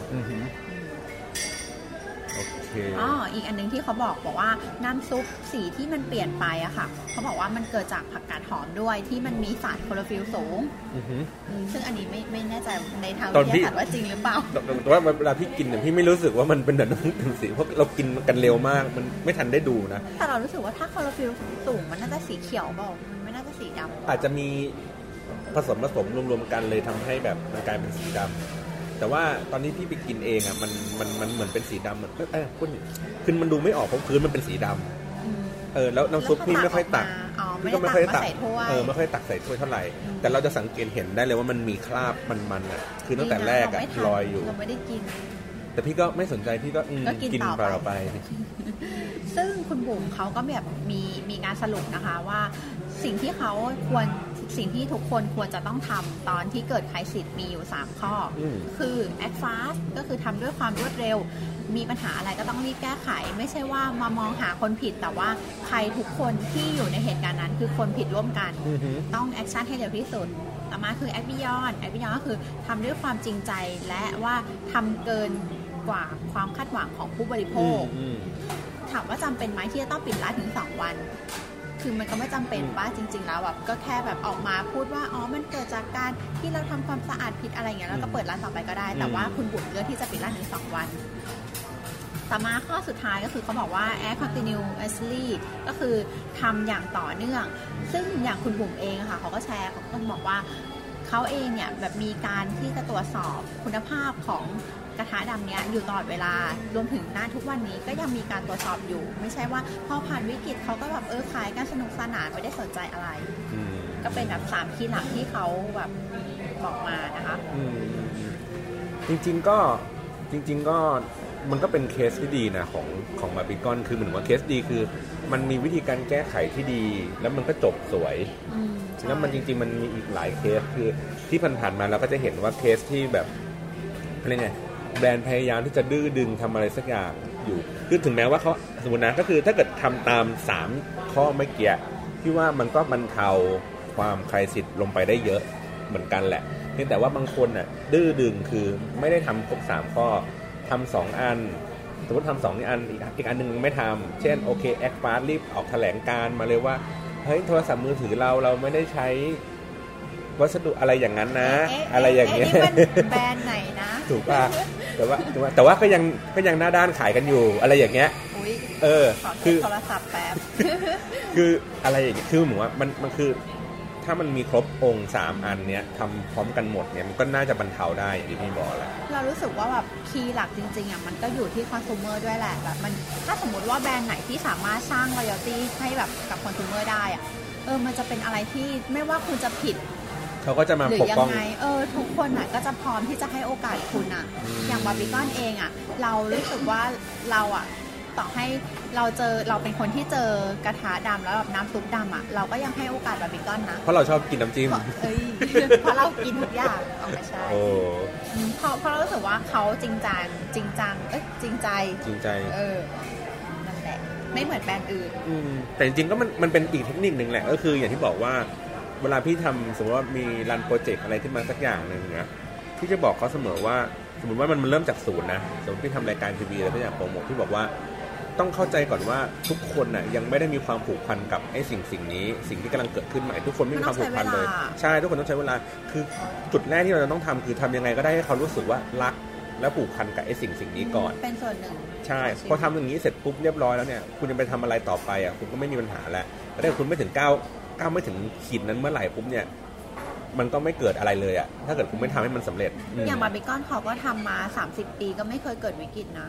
[SPEAKER 2] อ๋ออีกอันนึงที่เขาบอกบอกว่าน้ำซุปสีที่มันเปลี่ยนไปอะค่ะเขาบอกว่ามันเกิดจากผักกาดหอมด้วยที่มันมีสารโคลอโรฟิลสูงซึ่งอันนี้ไม่ไม่แน่ใจในทางวิทยาศาสตร์ว่าจริงหรือเปล่า
[SPEAKER 1] แต่ว่าเวลาพี่กินเนี่ยพี่ไม่รู้สึกว่ามันเป็นแบบนั้นสีเพราะเรากินกันเร็วมากมันไม่ทันได้ดูนะ
[SPEAKER 2] แต่เรารู้สึกว่าถ้าโคลอโรฟิลสูงมันน่าจะสีเขียวเปล่ามันไม่น่าจะสีดำ
[SPEAKER 1] อาจจะมีผสมผสมรวมๆกันเลยทำให้แบบมันกลายเป็นสีดำแต่ว่าตอนนี้พี่ไปกินเองอ่ะมันมันมันเหมือนเป็นสีดำเหมือนเออคุณคือมันดูไม่ออกเพราะพื้นมันเป็นสีดำเออแล้วน้ำซุปพี่ไม่ค่อยตักพี่ก็ไม่ค่อยตักเออไม่ค่อยตักใส่ถ้วยเท่าไหร่แต่เราจะสังเกตเห็นได้เลยว่ามันมีคราบมันๆอ่ะคือตั้งแต่แรกอ่ะลอยอยู่
[SPEAKER 2] เราไม่ได้กิน
[SPEAKER 1] แต่พี่ก็ไม่สนใจพี่ก็กินต่อไป
[SPEAKER 2] ซึ่งคุณบุ๋มเขาก็แบบมีมีการสรุปนะคะว่าสิ่งที่เขาควรสิ่งที่ทุกคนควรจะต้องทำตอนที่เกิดไครซิสมีอยู่สามข้อคือ act fast ก็คือทำด้วยความรวดเร็วมีปัญหาอะไรก็ต้องรีบแก้ไขไม่ใช่ว่ามามองหาคนผิดแต่ว่าใครทุกคนที่อยู่ในเหตุการณ์นั้นคือคนผิดร่วมกันต้องแอคชั่นให้เร็วที่สุดต่อมาคือ act beyond act beyond ก็คือทำด้วยความจริงใจและว่าทำเกินกว่าความคาดหวังของผู้บริโภคถามว่าจำเป็นไหมที่จะต้องปิดร้านถึงสองวันคือมันก็ไม่จำเป็นป่ะจริงๆแล้วแบบก็แค่แบบออกมาพูดว่าอ๋อมันเกิดจากการที่เราทำความสะอาดผิดอะไรอย่างเงี้ยแล้วก็เปิดร้านต่อไปก็ได้แต่ว่าคุณบุ๋มเลือกที่จะปิดร้านถึงสองวันต่อมาข้อสุดท้ายก็คือเขาบอกว่า act continuously ก็คือทำอย่างต่อเนื่องซึ่งอย่างคุณบุ๋มเองค่ะเขาก็แชร์เขาก็บอกว่าเขาเองเนี่ยแบบมีการที่จะตรวจสอบคุณภาพของกระทะดำเนี้ยอยู่ตลอดเวลารวมถึงหน้าทุกวันนี้ก็ยังมีการตรวจสอบอยู่ไม่ใช่ว่าพอผ่านวิกฤตเขาก็แบบเออขายกันสนุกสนานไม่ได้สนใจอะไรก็เป็นแบบสามคีย์หลักที่เขาแบบบอกมานะคะ
[SPEAKER 1] จริงๆก็จริงๆก็มันก็เป็นเคสที่ดีนะของของบาร์บีคอนคือเหมือนว่าเคสดีคือมันมีวิธีการแก้ไขที่ดีแล้วมันก็จบสวยแล้วมันจริงๆมันมีอีกหลายเคสคือที่ผ่านๆมาเราก็จะเห็นว่าเคสที่แบบอะไรไงแบรนด์พยายามที่จะดื้อดึงทำอะไรสักอย่างอยู่คือถึงแม้ว่าเขาสมมตินะก็คือถ้าเกิดทำตามสามข้อเมื่อกี้ที่ว่ามันก็บรรเทาความไครซิสลงไปได้เยอะเหมือนกันแหละเพียงแต่ว่าบางคนน่ะดื้อดึงคือไม่ได้ทำครบสามข้อทำสองอันสมมติทำสองอันอีกอีกอันหนึ่งไม่ทำเช่นโอเคแอคฟาสรีบออกแถลงการมาเลยว่าเฮ้ยโทรศัพท์มือถือเราเราไม่ได้ใช้วัสดุอะไรอย่างนั้นนะอะไรอย่างเงี้ย
[SPEAKER 2] แบรนด์ไหนนะ
[SPEAKER 1] ถูกป่ะแต่ว่าแต่ว่าก็ยังก็ยังหน้าด้านขายกันอยู่อะไรอย่างเงี้ยเออ
[SPEAKER 2] คือโทรศัพท์แป๊บ
[SPEAKER 1] คืออะไรอย่างเงี้ยคือเหมือนว่ามันมันคือถ้ามันมีครบองค์สามอันเนี้ยทำพร้อมกันหมดเนี่ยมันก็น่าจะบรรเทาได้อย่างที่พี่บอกแหละ
[SPEAKER 2] เรารู้สึกว่าแบบคีย์หลักจริงๆอ่ะมันก็อยู่ที่คอน sumer ด้วยแหละแบบมันถ้าสมมติว่าแบรนด์ไหนที่สามารถสร้าง loyalty ให้แบบกับคอน sumer ได้อ่ะเออมันจะเป็นอะไรที่ไม่ว่าคุณจะผิด
[SPEAKER 1] เขาก็จะมาปกป้อง
[SPEAKER 2] หรือยังไงเออทุกคนอ่ะก็จะพร้อมที่จะให้โอกาสคุณอ่ะอย่างบาร์บีคอนเองอ่ะเรารู้สึกว่าเราอ่ะต่อให้เราเจอเราเป็นคนที่เจอกระทะดำแล้วแบบน้ำซุปดำอ่ะเราก็ยังให้โอกาสบาร์บีคอนนะ
[SPEAKER 1] เพราะเราชอบกินน้ำจิ้ม
[SPEAKER 2] เอ้ยเพราะเรากินทุกอย่างเอาไม่ใช่เพราะเพราะเรารู้สึกว่าเขาจริงจังจริงจังเอ้ยจริงใจ
[SPEAKER 1] จริงใจ
[SPEAKER 2] เออนั่นแหละไม่เหมือนแบรนด์อื่น
[SPEAKER 1] แต่จริงๆก็มันมันเป็นอีกเทคนิคนึงแหละก็คืออย่างที่บอกว่าเวลาพี่ทำสมมติว่ามีรันโปรเจกต์อะไรขึ้นมาสักอย่างหนึ่งนะพี่จะบอกเขาเสมอว่าสมมติว่ามันมันเริ่มจากศูนย์นะสมมติพี่ทำรายการทีวีแล้วพี่อยากโปรโมทพี่บอกว่าต้องเข้าใจก่อนว่าทุกคนน่ะยังไม่ได้มีความผูกพันกับไอ้สิ่งสิ่งนี้สิ่งที่กำลังเกิดขึ้นใหม่ทุกคนไม่มีความผูกพันเลยใช่ทุกคนต้องใช้เวลาคือจุดแรกที่เราจะต้องทำคือทำยังไงก็ได้ให้เขารู้สึกว่ารักและผูกพันกับไอ้สิ่งสิ่งนี้ก่อน
[SPEAKER 2] เป็นส่วนหนึ่ง
[SPEAKER 1] ใช่พอทำอย่างนี้เสร็จปุ๊บเรียบร้อยแล้วเนี่ยคุณจะไปทำอะไรต่อไปอ่ะคุณก็ไม่มีปัญหาแล้วแต่ถ้าคุณไม่ถึงก้าวก้าวไม่ถึงขีดนั้นเมื่อไหร่ปุ๊บเนี่ยมันก็ไม่เกิดอะไรเลยอ่ะถ้าเกิดคุณไม่ทำให้มันสำเร็จ
[SPEAKER 2] อย่างบาร์บีคอนเขาก็ทำมาสามสิบปีก็ไม่เคยเกิดวิกฤตนะ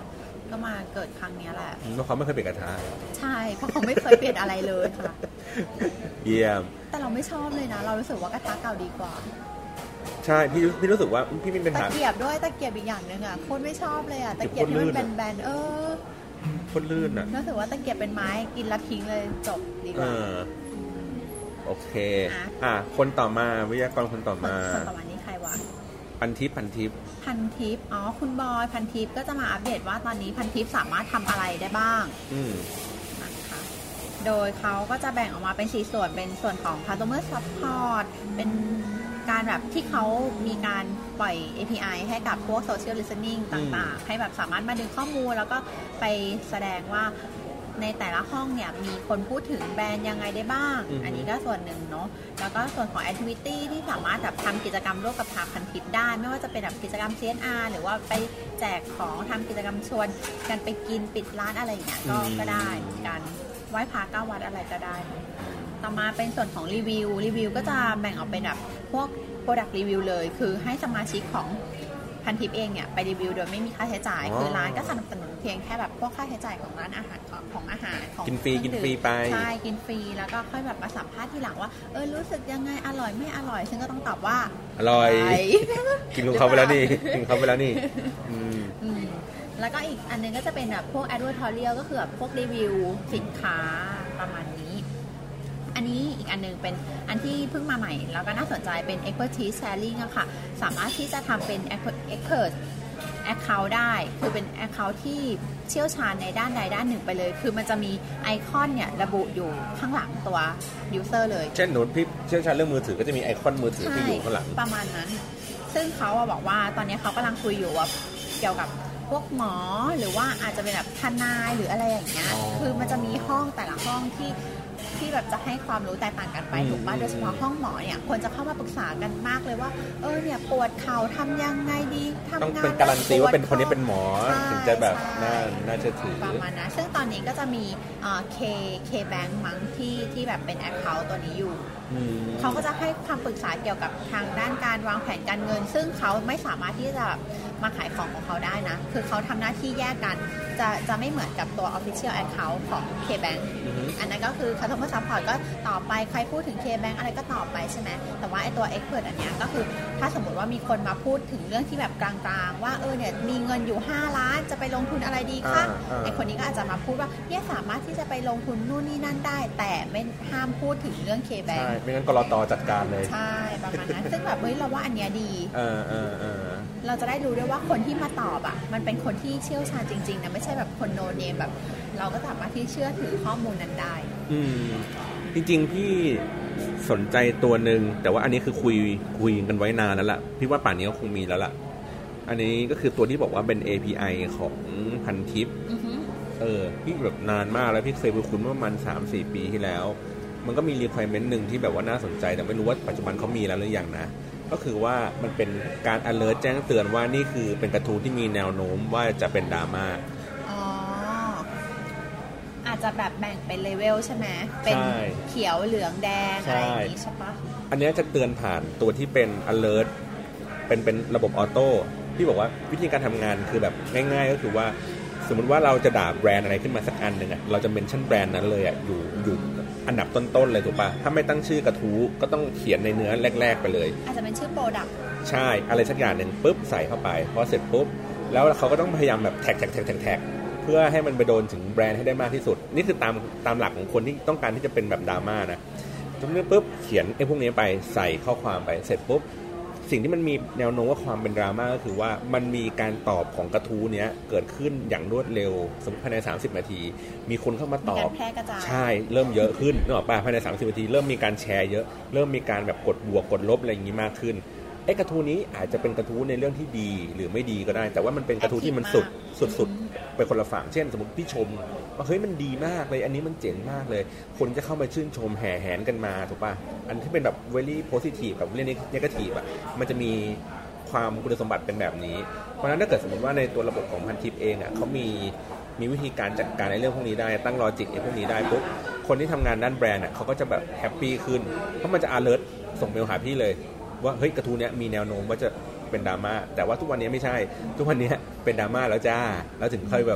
[SPEAKER 2] ก็มาเกิดครั้งนี้แหละ
[SPEAKER 1] เพราะเขาไม่เคยเปลี่ยนกระทะ
[SPEAKER 2] ใช่เพราะเขาไม่เคยเปลี่ยนอะไรเลยค่ะ
[SPEAKER 1] เยี่ยม
[SPEAKER 2] แต่เราไม่ชอบเลยนะเรารู้สึกว่ากระทะเก่าดีกว่า
[SPEAKER 1] ใช่พี่พี่รู้สึกว่าพี่มีปัญหา
[SPEAKER 2] ตะเกียบด้วยตะเกียบอีกอย่างนึงอ่ะโคตรไม่ชอบเลยอ่ะตะเกียบที่มันแบนๆเออ
[SPEAKER 1] โคตรลื่นอ่ะ
[SPEAKER 2] รู้สึกว่าตะเกียบเป็นไม้กินแล้วทิ้งเลยจบดีกว่า
[SPEAKER 1] โอเคอ่ะคนต่อมาวิทยากรคนต่อมา
[SPEAKER 2] คนต่อมานี่ใครวะ
[SPEAKER 1] พันทิพย์พันทิพย์
[SPEAKER 2] พันทิพย์อ๋อคุณบอยพันทิพย์ก็จะมาอัปเดตว่าตอนนี้พันทิพย์สามารถทำอะไรได้บ้าง
[SPEAKER 1] อืม
[SPEAKER 2] นะคะโดยเขาก็จะแบ่งออกมาเป็นสี่ส่วนเป็นส่วนของ customer support เป็นการแบบที่เขามีการปล่อย เอ พี ไอ ให้กับพวก social listening ต่างๆให้แบบสามารถมาดึงข้อมูลแล้วก็ไปแสดงว่าในแต่ละห้องเนี่ยมีคนพูดถึงแบรนด์ยังไงได้บ้าง อ, อันนี้ก็ส่วนหนึ่งเนาะแล้วก็ส่วนของ activity ที่สามารถแบบทำกิจกรรมร่วมกับทางพันทิพย์ได้ไม่ว่าจะเป็นแบบกิจกรรม ซี เอ็น อาร์ หรือว่าไปแจกของทำกิจกรรมชวนกันไปกินปิดร้านอะไรอย่างเงี้ยก็ก็ได้การไหว้พระเก้าวัดอะไรก็ได้ต่อมาเป็นส่วนของรีวิวรีวิวก็จะแบ่งออกเป็นแบบพวก product review เลยคือให้สมาชิกของพันทิปเองเนี่ยไปรีวิวโดยไม่มีค่าใช้จ่ายคือร้านก็สนับสนุนเพียงแค่แบบพวกค่าใช้จ่ายของร้านอาหารของอาหารของ
[SPEAKER 1] กินฟรีกินฟรีไป
[SPEAKER 2] ใช่กินฟรีแล้วก็ค่อยแบบมาสัมภาษณ์ทีหลังว่าเออรู้สึกยังไงอร่อยไม่อร่อยซึ่งก็ต้องตอบว่า
[SPEAKER 1] อร่อยกินของเขาไปแล้วนี่กินเขาไปแล้วนี่
[SPEAKER 2] แล้วก็อีกอันนึงก็จะเป็นแบบพวก advertorial ก็คือแบบพวกรีวิวสินค้าประมาณนี้อันนี้อีกอันนึงเป็นอันที่เพิ่งมาใหม่แล้วก็น่าสนใจเป็น expertise sharing อะค่ะสามารถที่จะทำเป็น expert account ได้คือเป็น account ที่เชี่ยวชาญในด้านใดด้านหนึ่งไปเลยคือมันจะมีไอคอนเนี่ยระบุอยู่ข้างหลังตัว user เลย
[SPEAKER 1] เช่นหนูพี่เชี่ยวชาญเรื่องมือถือก็จะมีไอคอนมือถือที่อยู่ข้างหลัง
[SPEAKER 2] ประมาณนั้นซึ่งเขาบอกว่าตอนนี้เขากำลังคุยอยู่ว่าเกี่ยวกับพวกหมอหรือว่าอาจจะเป็นแบบทนายหรืออะไรอย่างเงี้ยคือมันจะมีห้องแต่ละห้องที่ที่แบบจะให้ความรู้แตกต่างกันไปถูกป่ะโดยเฉพาะห้องหมอเนี่ยควรจะเข้ามาปรึกษากันมากเลยว่าเออเนี่ยปวดเข่าทำยังไงดีทำงาน
[SPEAKER 1] ต้องเป็นการันตีว่าเป็นคนนี้เป็นหมอถึงจะแบบน่าน่าจะถือ
[SPEAKER 2] ประมาณนั้นซึ่งตอนนี้ก็จะมีเอ่อ K K Bank มั้งที่ที่แบบเป็น account ตัวนี้อยู่เขาก็จะให้คำปรึกษาเกี่ยวกับทางด้านการวางแผนการเงินซึ่งเขาไม่สามารถที่จะมาขายของของเขาได้นะคือเขาทำหน้าที่แยกกันจะจะไม่เหมือนกับตัว official account ของ K Bank อันนั้นก็คือ customer support ก็ต่อไปใครพูดถึง K Bank อะไรก็ต่อไปใช่ไหมแต่ว่าไอตัว expert อันเนี้ยก็คือถ้าสมมติว่ามีคนมาพูดถึงเรื่องที่แบบกลางๆว่าเออเนี่ยมีเงินอยู่ห้าล้านจะไปลงทุนอะไรดีคะไอคนนี้ก็อาจจะมาพูดว่าเนี่ยสามารถที่จะไปลงทุนนู่นนี่นั่นได้แต่ไม่ห้ามพูดถึงเรื่อง K Bank
[SPEAKER 1] ใช่ไม่งั้นกลต.จัดการเลย
[SPEAKER 2] ใช่ประมาณนั้นซึ่งแบบเฮ้ยเราว่าอันเนี้ยดี
[SPEAKER 1] เออเออเออ
[SPEAKER 2] เราจะได้รู้ด้วยว่าคนที่มาตอบอ่ะมันเป็นคนที่เชี่ยวชาญจริงๆนะไม่ใช่แบบคนโนเนมแบบเราก็สามารถที่เชื่อถือข้อมูลนั้นได้
[SPEAKER 1] อืมจริงๆพี่สนใจตัวหนึ่งแต่ว่าอันนี้คือคุยคุยกันไว้นานแล้วล่ะพี่ว่าป่านนี้ก็คงมีแล้วล่ะอันนี้ก็คือตัวที่บอกว่าเป็น เอ พี ไอ ของพันทิปเออพี่แบบนานมากแล้วพี่เคยไปคุ้นประมาณ สามสี่ ปีที่แล้วมันก็มี requirement นึงที่แบบว่าน่าสนใจแต่ไม่รู้ว่าปัจจุบันเขามีแล้วหรือยังนะก็คือว่ามันเป็นการ alert แจ้งเตือนว่านี่คือเป็นการ์ตูนที่มีแนวโน้มว่าจะเป็นดราม่า
[SPEAKER 2] อ๋ออาจจะแบบแบ่งเป็นเลเวลใช่ไหมเป็นเขียวเหลืองแดงอะไรอย่างนี้ใช่ปะ
[SPEAKER 1] อันนี้จะเตือนผ่านตัวที่เป็น alert เป็นเป็นระบบออโต้ที่บอกว่าวิธีการทำงานคือแบบง่ายๆก็คือว่าสมมติว่าเราจะด่าแบรนด์อะไรขึ้นมาสักอันหนึ่งอ่ะเราจะเมนชั่นแบรนด์นั้นเลยอ่ะอยู่อยู่อันดับต้นๆเลยถูกป่ะถ้าไม่ตั้งชื่อกระทู้ก็ต้องเขียนในเนื้อแรกๆไปเลย
[SPEAKER 2] อาจจะเป็นชื่อโปรดักต์
[SPEAKER 1] ใช่อะไรสักอย่างหนึ่งปุ๊บใส่เข้าไปพอเสร็จปุ๊บแล้วเขาก็ต้องพยายามแบบแท็กแท็กแท็กแท็กแท็กเพื่อให้มันไปโดนถึงแบรนด์ให้ได้มากที่สุดนี่คือตามตามหลักของคนที่ต้องการที่จะเป็นแบบดราม่านะตรงนี้ปุ๊บเขียนไอ้พวกนี้ไปใส่ข้อความไปเสร็จปุ๊บสิ่งที่มันมีแนวโน้มว่าความเป็นดราม่าก็คือว่ามันมีการตอบของกระทู้เนี้ยเกิดขึ้นอย่างรวดเร็วสมมติภายในสามสิบนาทีมีคนเข้ามาตอบใช่เริ่มเยอะขึ้นนึกออกป่ะภายในสามสิบนาทีเริ่มมีการแชร์เยอะเริ่มมีการแบบกดบวกกดลบอะไรอย่างงี้มากขึ้นไอ้กระทู้นี้อาจจะเป็นกระทู้ในเรื่องที่ดีหรือไม่ดีก็ได้แต่ว่ามันเป็นกระทู้ที่มันสุดสุดๆไปคนละฝั่งเช่นสมมติพี่ชมว่าเฮ้ยมันดีมากเลยอันนี้มันเจ๋งมากเลยคนจะเข้ามาชื่นชมแห่แหนกันมาถูกป่ะอันที่เป็นแบบ very positive กับเรื่อง negative อ่ะมันจะมีความคุณสมบัติเป็นแบบนี้เพราะฉะนั้นถ้าเกิดสมมติว่าในตัวระบบของพันทิปเองอ่ะเขามีมีวิธีการจัดการในเรื่องพวกนี้ได้ตั้งลอจิกไอ้พวกนี้ได้ปุ๊บคนที่ทำงานด้านแบรนด์อ่ะเขาก็จะแบบแฮปปี้ขึ้นเพราะมันจะ alert ส่งเมลหาพี่เลยว่าเฮ้ยกระทู้เนี้ยมีแนวโน้มว่าจะเป็นดราม่าแต่ว่าทุกวันนี้ไม่ใช่ทุกวันนี้เป็นดราม่าแล้วจ้าแล้วถึงค่อยแบบ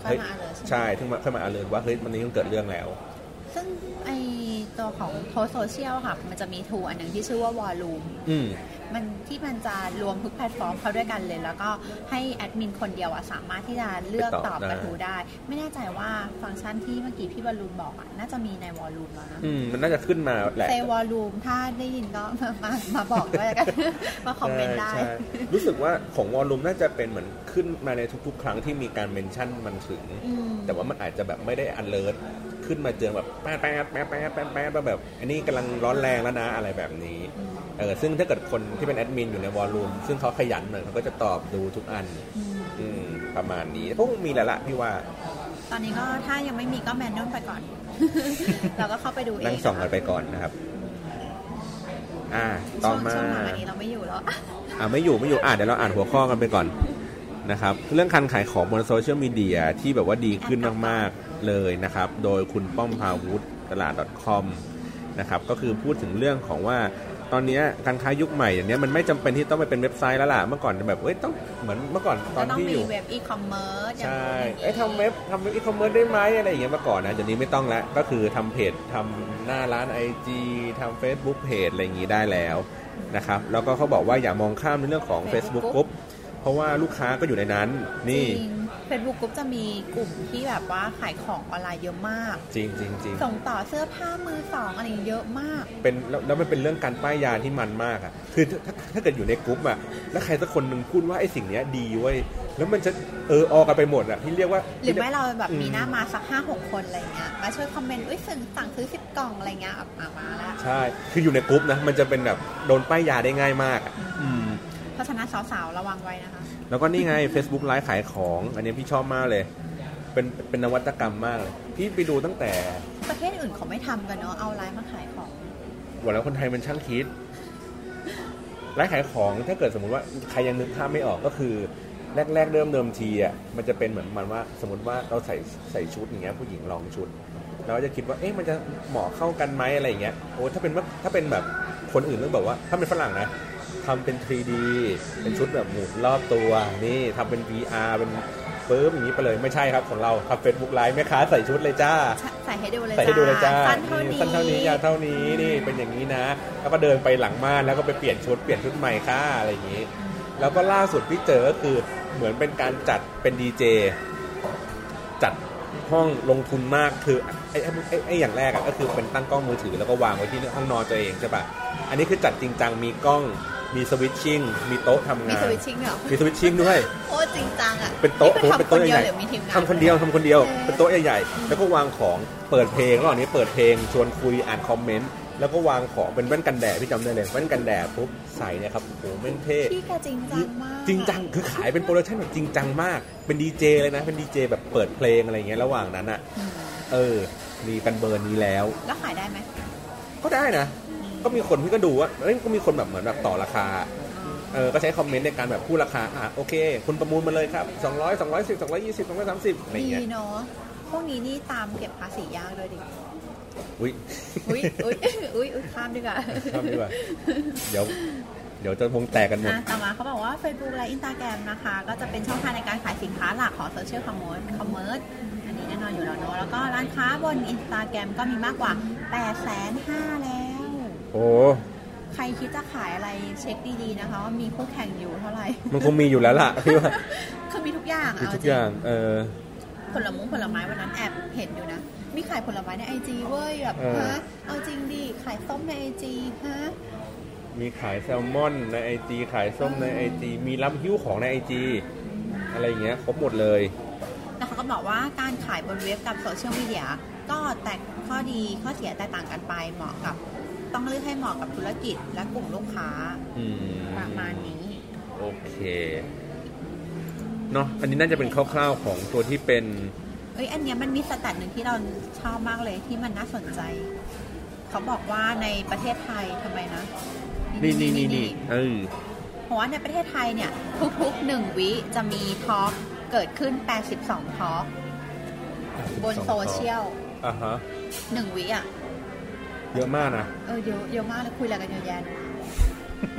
[SPEAKER 1] เฮ้ยใช่ถึงมาค่อยมา alert ว่าเฮ้ยมันนี้มันเกิดเรื่องแล้ว
[SPEAKER 2] ซึ่งไอตัวของโพสโซเชียลค่ะมันจะมีทูอันหนึ่งที่ชื่อว่าวอลลุ่มมันที่มันจะรวมทุกแพลตฟอร์มเข้าด้วยกันเลยแล้วก็ให้แอดมินคนเดียวสามารถที่จะเลือกตอบกระทู้ได้ไม่แน่ใจว่าฟังก์ชันที่เมื่อกี้พี่บอลลูนบอกอ่ะน่าจะมีในวอลลุ่มแล้วนะ
[SPEAKER 1] อืมมันน่าจะขึ้นมาแหละ
[SPEAKER 2] เซวอลลุ่มถ้าได้ยินก็มามาบอกด้วยกันมาคอมเมนต์ได้
[SPEAKER 1] รู้สึกว่าของวอลลุ่มน่าจะเป็นเหมือนขึ้นมาในทุกๆครั้งที่มีการเมนชั่นมันถึงแต่ว่ามันอาจจะแบบไม่ได้ alert ขึ้นมาเจอแบบแป๊ดแป๊ดแป๊ดแป๊ดแป๊ดแป๊ดแบบอันนี้กำลังร้อนแรงแล้วนะอะไรแบบนี้เออซึ่งถ้าเกิดคนที่เป็นแอดมินอยู่ในวอลลุ่มซึ่งเขาขยันหน่อยเขาก็จะตอบดูทุกอันอืมประมาณนี้พวกมีแล้วล่ะพี่ว่า
[SPEAKER 2] ตอนนี้ก็ถ้ายังไม่มีก็แมนนวลไปก่อนเราก็เข้าไปดูเอง
[SPEAKER 1] นั่งส่องกันไปก่อนนะครับอ่าต่อมา
[SPEAKER 2] ช่วงหลังนี้เราไม่อยู่แล้ว
[SPEAKER 1] อ่าไม่อยู่ไม่อยู่อ่าเดี๋ยวเราอ่านหัวข้อกันไปก่อนนะครับเรื่องการขายของบนโซเชียลมีเดียที่แบบว่าดีขึ้นมากๆเลยนะครับโดยคุณป้อมพาวุฒิตลาด .com นะครับก็คือพูดถึงเรื่องของว่าตอนนี้การค้ายุคใหม่อย่างนี้มันไม่จำเป็นที่ต้องไปเป็นเว็บไซต์แล้วล่ะเมื่อก่อนแบบเอ้ยต้องเหมือนเมื่อก่อนตอนที่อยู่
[SPEAKER 2] ต้องมีเว็บอีคอมเมิร์ซ
[SPEAKER 1] ใช่ไอ้ทำเว็บทำเว็บอีคอมเมิร์ซได้ไหมอะไรอย่างเงี้ยเมื่อก่อนนะเดี๋ยวนี้ไม่ต้องแล้วก็คือทำเพจทำหน้าร้าน ไอ จี ทำ Facebook Page อะไรอย่างงี้ได้แล้วนะครับแล้วก็เขาบอกว่าอย่ามองข้ามในเรื่องของ Facebook Group เพราะว่าลูกค้าก็อยู่ในนั้นนี่
[SPEAKER 2] Facebook Group จะมีกลุ่มที่แบบว่าขายของออนไลน์เยอะมาก
[SPEAKER 1] จริงจริงจริง
[SPEAKER 2] ส่งต่อเสื้อผ้ามือสองอะไรเยอะมาก
[SPEAKER 1] เป็นแล้วมันเป็นเรื่องการป้ายยาที่มันมากอ่ะคือถ้าถ้าเกิดอยู่ในกลุ่มอ่ะแล้วใครสักคนนึงพูดว่าไอ้สิ่งนี้ดีเว้ยแล้วมันจะเออออกกันไปหมดอ่ะที่เรียกว่า
[SPEAKER 2] หรือไม่เราแบบมีหน้ามาสัก ห้าหก คนอะไรเงี้ยมาช่วยคอมเมนต์อุ้ยสั่งสั่งซื้อสิบกล่องอะไรเงี้ยมามาแล้ว
[SPEAKER 1] ใช่คืออยู่ในกลุ่มนะมันจะเป็นแบบโดนป้ายยาได้ง่ายมากอืม
[SPEAKER 2] เพราะฉะนั้นสาวๆระวังไว้นะคะ
[SPEAKER 1] แล้วก็นี่ไง Facebook ไลฟ์ขายของอันนี้พี่ชอบมากเลยเป็นเป็นนวัตกรรมมากเลยพี่ไปดูตั้งแต่
[SPEAKER 2] ประเทศอื่นเขาไม่ทำกันเนาะเอาไลฟ์มาขายของ
[SPEAKER 1] ว่าแล้วคนไทยมันช่างคิดไลฟ์ขายของถ้าเกิดสมมติว่าใครยังนึกภาพไม่ออกก็คือแรกๆเริ่มเดิมทีอ่ะมันจะเป็นเหมือนมันว่าสมมติว่าเราใส่ใส่ชุดอย่างเงี้ยผู้หญิงลองชุดเราจะคิดว่าเอ๊ะมันจะเหมาะเข้ากันไหมอะไรอย่างเงี้ยโอ้ถ้าเป็นว่าถ้าเป็นแบบคนอื่นเรื่องแบบว่าถ้าเป็นฝรั่งนะทำเป็น ทรี ดี เป็นชุดแบบหมุนรอบตัวนี่ทำเป็น วี อาร์ เป็นเฟิร์มอย่างนี้ไปเลยไม่ใช่ครับของเราครับ Facebook Live แม่ค้าใส่ชุดเลยจ้า
[SPEAKER 2] ใส่ให้ดูเลย
[SPEAKER 1] ใส่ให้ดูเลยจ้า
[SPEAKER 2] สั้นเท่านี้
[SPEAKER 1] สั้นเท่านี้ยาวเท่านี้นี่เป็นอย่างนี้นะแล้วก็เดินไปหลังม่านแล้วก็ไปเปลี่ยนชุดเปลี่ยนชุดใหม่ค่ะอะไรอย่างนี้แล้วก็ล่าสุดที่เจอก็คือเหมือนเป็นการจัดเป็นดีเจจัดห้องลงทุนมากคือไอ้ไอ้ไอ้อย่างแรกอ่ะก็คือเป็นตั้งกล้องมือถือแล้วก็วางไว้ที่ห้องนอนตัวเองใช่ป่ะอันนี้คือจัดจริงจังมีกล้องมีสวิตชิ่งมีโต๊ะทำงานมี
[SPEAKER 2] สวิตชิ่งเหรอ
[SPEAKER 1] มีสวิตชิ่งด้วย
[SPEAKER 2] โอ้จริงจังอ่ะ
[SPEAKER 1] เป็นโต๊ะเป็นโต๊ะใหญ่ๆทำคนเดียวทำคนเดียวเป็นโต๊ะใหญ่ๆแล้วก็วางของเปิดเพลงระหว่างนี้เปิดเพลงชวนคุยอ่านคอมเมนต์แล้วก็วางของเป็นแว่นกันแดดพี่จำได้เลยแว่นกันแดดปุ๊บใส่เนี่ยครับโอ้โหแม่งเท่
[SPEAKER 2] พี่ก็จริงจังมาก
[SPEAKER 1] จริงจังคือขายเป็นโปรดักชั่นแบบจริงจังมากเป็นดีเจเลยนะเป็นดีเจแบบเปิดเพลงอะไรอย่างเงี้ยระหว่างนั้นอ่ะเออมีกันเบอร์นี้แล้ว
[SPEAKER 2] แล้วขายได้ไหม
[SPEAKER 1] ก็ได้นะก็มีคนที่ก็ดูว่าเอ้ยก็มีคนแบบเหมือนแบบต่อราคาเออก็ใช้คอมเมนต์ในการแบบพูดราคาอ่ะโอเคคุณประมูลมาเลยครับสองร้อย สองร้อยสิบ สองร้อยยี่สิบ สองร้อยสามสิบอะไรอย่างเงี้ย
[SPEAKER 2] ดีเนาะพวกนี้นี่ตามเก็บภาษียากเลยดิ
[SPEAKER 1] อุ๊ย
[SPEAKER 2] อุ๊ยอุ๊ยอุ๊ยข้ามดีกว่า
[SPEAKER 1] ข้ามดีกว่าเดี๋ยวเดี๋ยวจะวงแตกกันหมด
[SPEAKER 2] ต่อมาเขาบอกว่า Facebook และ Instagram นะคะก็จะเป็นช่องทางในการขายสินค้าหลักของ Social Commerce Commerce อันนี้แน่นอนอยู่แล้วเนาะแล้วก็ร้านค้าบน Instagram ก็มีมากกว่า แปดแสนห้าหมื่น แล้ว
[SPEAKER 1] โอ้
[SPEAKER 2] ใครคิดจะขายอะไรเช็คดีๆนะคะว่ามีคู่แข่งอยู่เท่าไหร่
[SPEAKER 1] มันคงมีอยู่แล้วล่ะพี่ว่า
[SPEAKER 2] คือมีทุกอย่าง
[SPEAKER 1] มีทุกอย่างเออ
[SPEAKER 2] ผลไม้ผลไม้วันนั้นแอบเห็นอยู่นะมีขายผลไม้ใน ไอ จี เว้ยแบบฮะเอาจริงดิขายส้มใน ไอ จี ฮะ
[SPEAKER 1] มีขายแซลมอนใน ไอ จี ขายส้มใน ไอ จี มีรับหิ้วของใน ไอ จี อะไรอย่างเงี้ยครบหมดเลย
[SPEAKER 2] แต่เขาก็บอกว่าการขายบนเว็บกับโซเชียลมีเดียก็แตกข้อดีข้อเสียแตกต่างกันไปเหมาะกับต้องเลือกให้เหมาะกับธุรกิจและกลุ่มลูกค้าประมาณนี้
[SPEAKER 1] โอเคเนาะอันนี้น่าจะเป็นคร่าวๆของตัวที่เป็น
[SPEAKER 2] เอ้ยอันเนี้ยมันมีสแตทหนึ่งที่เราชอบมากเลยที่มันน่าสนใจเขาบอกว่าในประเทศไทยทำไมนะ
[SPEAKER 1] นี่นี่นี่นี่เออ
[SPEAKER 2] เพราะว่าในประเทศไทยเนี่ยทุกๆหนึ่งวิจะมีทอล์กเกิดขึ้นแปดสิบสองทอล์กบนโซเชียล
[SPEAKER 1] อ่าฮะ
[SPEAKER 2] หนึ่งวิอ่ะ
[SPEAKER 1] เยอะมากนะ
[SPEAKER 2] เออเยอะเยอะมากเลยคุยอะไรกันเยอะแยะแต่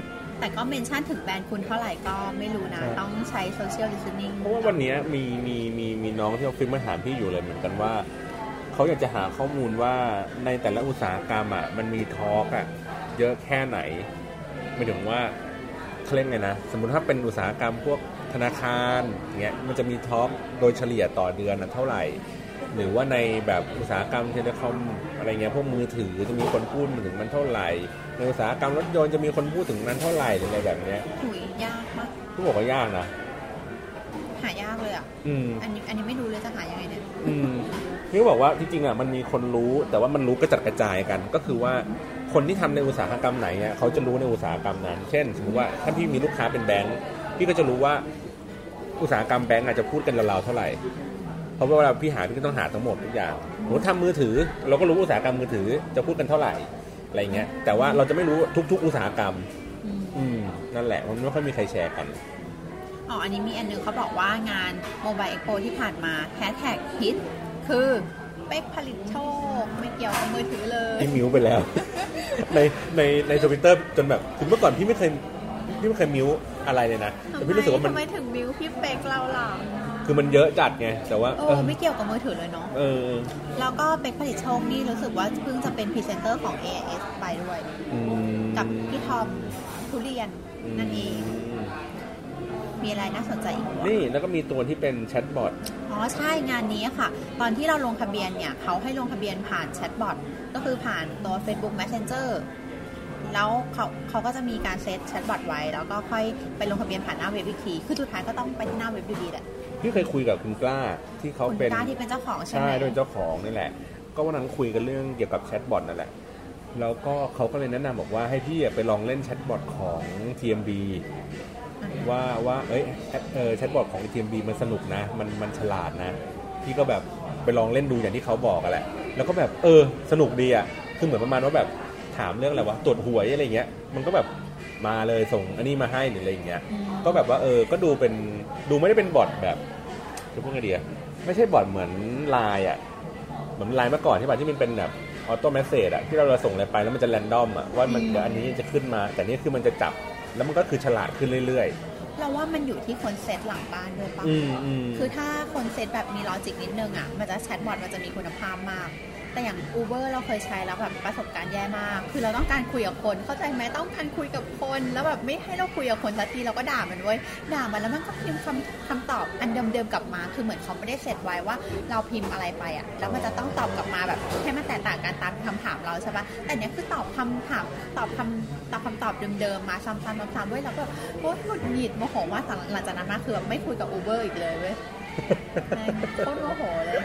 [SPEAKER 2] แต่ก็เมนชั่นถึงแบรนด์คุณเท่าไหร่ก็ไม่รู้นะต้องใช้ social listening
[SPEAKER 1] เพราะว่าวันนี้มีมีมีมีน้องที่ออฟฟิศมาถามพี่อยู่เลยเหมือนกันว่าเขาอยากจะหาข้อมูลว่าในแต่ละอุตสาหกรรมอ่ะมันมีทอล์กอ่ะเยอะแค่ไหนหมายถึงว่าเขาเรียกไงนะสมมุติถ้าเป็นอุตสาหกรรมพวกธนาคารเงี้ยมันจะมีทอล์กโดยเฉลี่ยต่อเดือนเท่าไหร่หรือว่าในแบบอุตสาหกรรมเทเลคอมอะไรเงี้ยพวกมือถือจะมีคนพูดถึงมันเท่าไหร่ในอุตสาหกรรมรถยนต์จะมีคนพูดถึงนั้นเท่าไหร่หรืออะไรแบบเนี้ย
[SPEAKER 2] หุยยากมาก
[SPEAKER 1] ทุกบอกว่ายากนะ
[SPEAKER 2] หายากเลยอ่ะอืมอันนี้อันนี้ไม่รู้เลยจะหายังไงเนี่ย
[SPEAKER 1] อืมนี่บอกว่าจริงๆอ่ะมันมีคนรู้แต่ว่ามันรู้กระจัดกระจายกันก็คือว่าคนที่ทำในอุตสาหกรรมไหนเนี่ยเขาจะรู้ในอุตสาหกรรมนั้นเช่นสมมติว่าถ้าพี่มีลูกค้าเป็นแบงค์พี่ก็จะรู้ว่าอุตสาหกรรมแบงค์อาจจะพูดกันราวๆเท่าไหร่เพราะว่าเวลาพี่หาพี่ก็ต้องหาทั้งหมดทุกอย่างสมมติทำมือถือเราก็รู้อุตสาหกรรมมือถือจะพูดกันเท่าไหร่อะไรเงี้ยแต่ว่าเราจะไม่รู้ทุกๆอุตสาหกรรมอืมนั่นแหละมันไม่ค่อยมีใครแชร์กัน
[SPEAKER 2] อ๋ออันนี้มีอันนึงเขาบอกว่างาน Mobile Expo ที่ผ่านมาแฮชแท็กฮิตคือเป๊กผลิตโชคไม่เกี่ยวกับมือถือเลย
[SPEAKER 1] พี่มิวไปแล้ว ในในใน Twitter จนแบบถึงเมื่อก่อนพี่ไม่เคยพี่ไม่เคยมิวอะไรเลยนะแต่พี่รู้สึกว่ามัน
[SPEAKER 2] ทำไมถึงมิวพี่เป๊กเราล่ะ
[SPEAKER 1] คือมันเยอะจัดไงแต่ว่า
[SPEAKER 2] เออไม่เกี่ยวกับมือถือเลยเนาะเออแล้วก็เป๊กผลิตโชคนี่รู้สึกว่าเพิ่งจะเป็นพรีเซนเตอร์ของ เอ ไอ เอส ไปด้วยกับพี่ทอมทุเรียนนั่นเองมีอะไรน่าสนใจอีก
[SPEAKER 1] นี่แล้วก็มีตัวที่เป็นแชทบอท
[SPEAKER 2] อ๋อใช่งานนี้ค่ะตอนที่เราลงทะเบียนเนี่ยเขาให้ลงทะเบียนผ่านแชทบอทก็คือผ่านตัว Facebook Messenger แล้วเขาเขาก็จะมีการเซตแชทบอทไว้แล้วก็ค่อยไปลงทะเบียนผ่านหน้าเว็บอีกทีคือสุดท้ายก็ต้องไปที่หน้าเว็บอยู่ดีแหละ
[SPEAKER 1] พี่เคยคุยกับคุณกล้าที่เขาเป็น
[SPEAKER 2] คุณกล้าที่เป็นเจ้าของใช่ไหม
[SPEAKER 1] ใช่เป็นเจ้าของนี่แหละก็วันนั้นคุยกันเรื่องเกี่ยวกับแชทบอทนั่นแหละแล้วก็เขาก็เลยแนะนำบอกว่าให้พี่ไปลองเล่นแชทบอทของ ที เอ็ม บี ว่าว่าเอ้ยเออแชทบอทของ ที เอ็ม บี มันสนุกนะมันมันฉลาดนะพี่ก็แบบไปลองเล่นดูอย่างที่เขาบอกกันแหละแล้วก็แบบเออสนุกดีอ่ะคือเหมือนประมาณว่าแบบถามเรื่องอะไรวะตรวจหวยอะไรเงี้ยมันก็แบบมาเลยส่งอันนี้มาให้หรืออะไรอย่างเงี้ยก็แบบว่าเออก็ดูเป็นดูไม่ได้เป็นบอทแบบจะพูดไงดีอ่ะไม่ใช่บอทเหมือนไลน์อ่ะเหมือนไลน์เมื่อก่อนที่แบบที่มันเป็นแบบออโต้เมสเสจอ่ะที่เราเราส่งอะไรไปแล้วมันจะแรนดอมอ่ะว่ามันเดี๋ยวอันนี้จะขึ้นมาแต่นี่คือมันจะจับแล้วมันก็คือฉลาดขึ้นเรื่อย
[SPEAKER 2] ๆเราว่ามันอยู่ที่คนเซตหลังบ้านด้วยป่ะคือถ้าคนเซตแบบมีลอจิกนิดนึงอ่ะมันจะแชทบอทมันจะมีคุณภาพมากแต่อย่าง Uber เราเคยใช้แล้วแบบประสบการณ์แย่มากคือเราต้องการคุยกับคนเข้าใจไหมต้องการคุยกับคนแล้วแบบไม่ให้เราคุยกับคนสักทีเราก็ด่ามันด้วยด่ามันแล้วมันก็พิมพ์คำคำตอบอันเดิมๆกลับมาคือเหมือนเขาไม่ได้เซตไว้ว่าเราพิมพ์อะไรไปอ่ะแล้วมันจะต้องตอบกลับมาแบบให้มันแตกต่างกันตามคำถามเราใช่ปะแต่เนี้ยคือตอบคำถามตอบคำตอบคำตอบเดิมๆมาซ้ำๆซ้ำๆด้วยแล้วก็โคตรหงุดหงิดโมโหว่าหลังจากนั้นมาคือแบบไม่คุยกับ Uber อีกเลยเว้ยโคตรโมโหเลย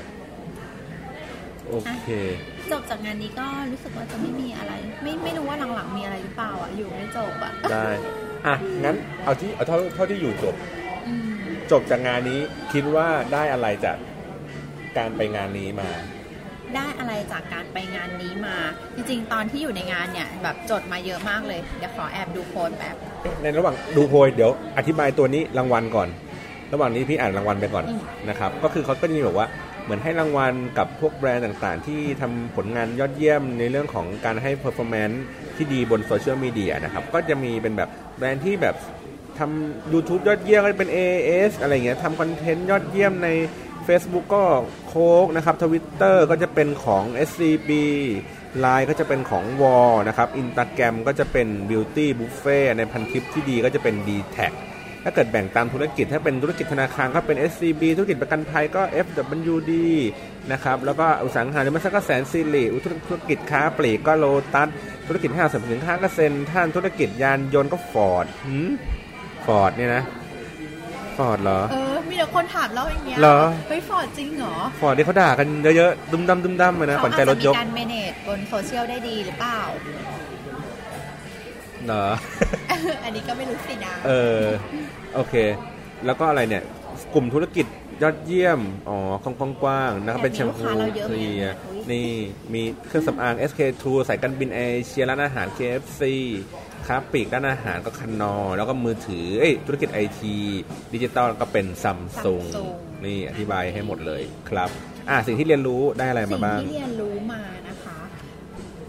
[SPEAKER 1] โอเค
[SPEAKER 2] จบจากงานนี้ก็รู้สึกว่าจะไม่มีอะไรไม่ไม่รู้ว่าหลังๆมีอะไรหรือเปล่าอ่ะอยู่ไม่จบอ่ะ
[SPEAKER 1] ได้อ่ะงั้นเอาที่เอาเท่าเท่าที่อยู่จบจบจากงานนี้คิดว่าได้อะไรจากการไปงานนี้มา
[SPEAKER 2] ได้อะไรจากการไปงานนี้มาจริงๆตอนที่อยู่ในงานเนี่ยแบบจดมาเยอะมากเลยเดี๋ยวขอแอบดูโพยแบบ
[SPEAKER 1] ในระหว่างดูโพยเดี๋ยวอธิบายตัวนี้รางวัลก่อนระหว่างนี้พี่อ่านรางวัลไปก่อนนะครับก็คือเขาก็จะมีบอกว่าเหมือนให้รางวัลกับพวกแบรนด์ต่างๆที่ทำผลงานยอดเยี่ยมในเรื่องของการให้ performance ที่ดีบนโซเชียลมีเดียนะครับก็จะมีเป็นแบบแบรนด์ที่แบบทำ YouTube ยอดเยี่ยมก็เป็น เอ เอ เอส อะไรเงี้ยทำคอนเทนต์ยอดเยี่ยมใน Facebook ก็โค้กนะครับ Twitter ก็จะเป็นของ เอส ซี บี ไลน์ ก็จะเป็นของ วอล นะครับ Instagram ก็จะเป็น Beauty Buffet ในพันทิปที่ดีก็จะเป็น ดี แท็กถ้าเกิดแบ่งตามธุรกิจถ้าเป็นธุรกิจธนาคารก็เป็น เอส ซี บี ธุรกิจประกันภัยก็ เอฟ ดับเบิลยู ดี นะครับแล้วก็อุตสาหกรรมริมทรัพย์ก็แสนสิริธุรกิจค้าปลีกก็โลตัสธุรกิจห้างสรรพสินค้าก็เซ็นทรัลธุรกิจยานยนต์ก็ฟอร์ดหืมฟอร์ดเนี่ยนะฟอร์ดเหรอ
[SPEAKER 2] เออมีแต่คนถามเราอย่างเงี้ยเฮ้ยฟอร์ดจริงเหรอ
[SPEAKER 1] ฟอร์ดที่เขาด่ากันเยอะๆดุมดำดุมดำเลยนะขวัญใจรถยก
[SPEAKER 2] เขาอาจจะมีการเมเนจบนโซเชียลได้ดีหรือเปล่า
[SPEAKER 1] เหรอ
[SPEAKER 2] อันนี้ก็ไม่รู้สินะ
[SPEAKER 1] เออโอเคแล้วก็อะไรเนี่ยกลุ่มธุรกิจยอดเยี่ยมอ๋อกว้างๆนะครับเป็นแชมพูเคลียร์นี่มีเครื่องสำอาง เอส เค ทู สายการบินเอเชียร้านอาหาร เค เอฟ ซี ค้าปลีกร้านอาหารก็คันนอแล้วก็มือถือเอ้ยธุรกิจ ไอ ที ดิจิตอลก็เป็นซัมซุงนี่อธิบายให้หมดเลยครับอ่ะสิ่งที่เรียนรู้ได้อะไรมาบ้าง
[SPEAKER 2] สิ่งที่เรียนรู้มานะคะ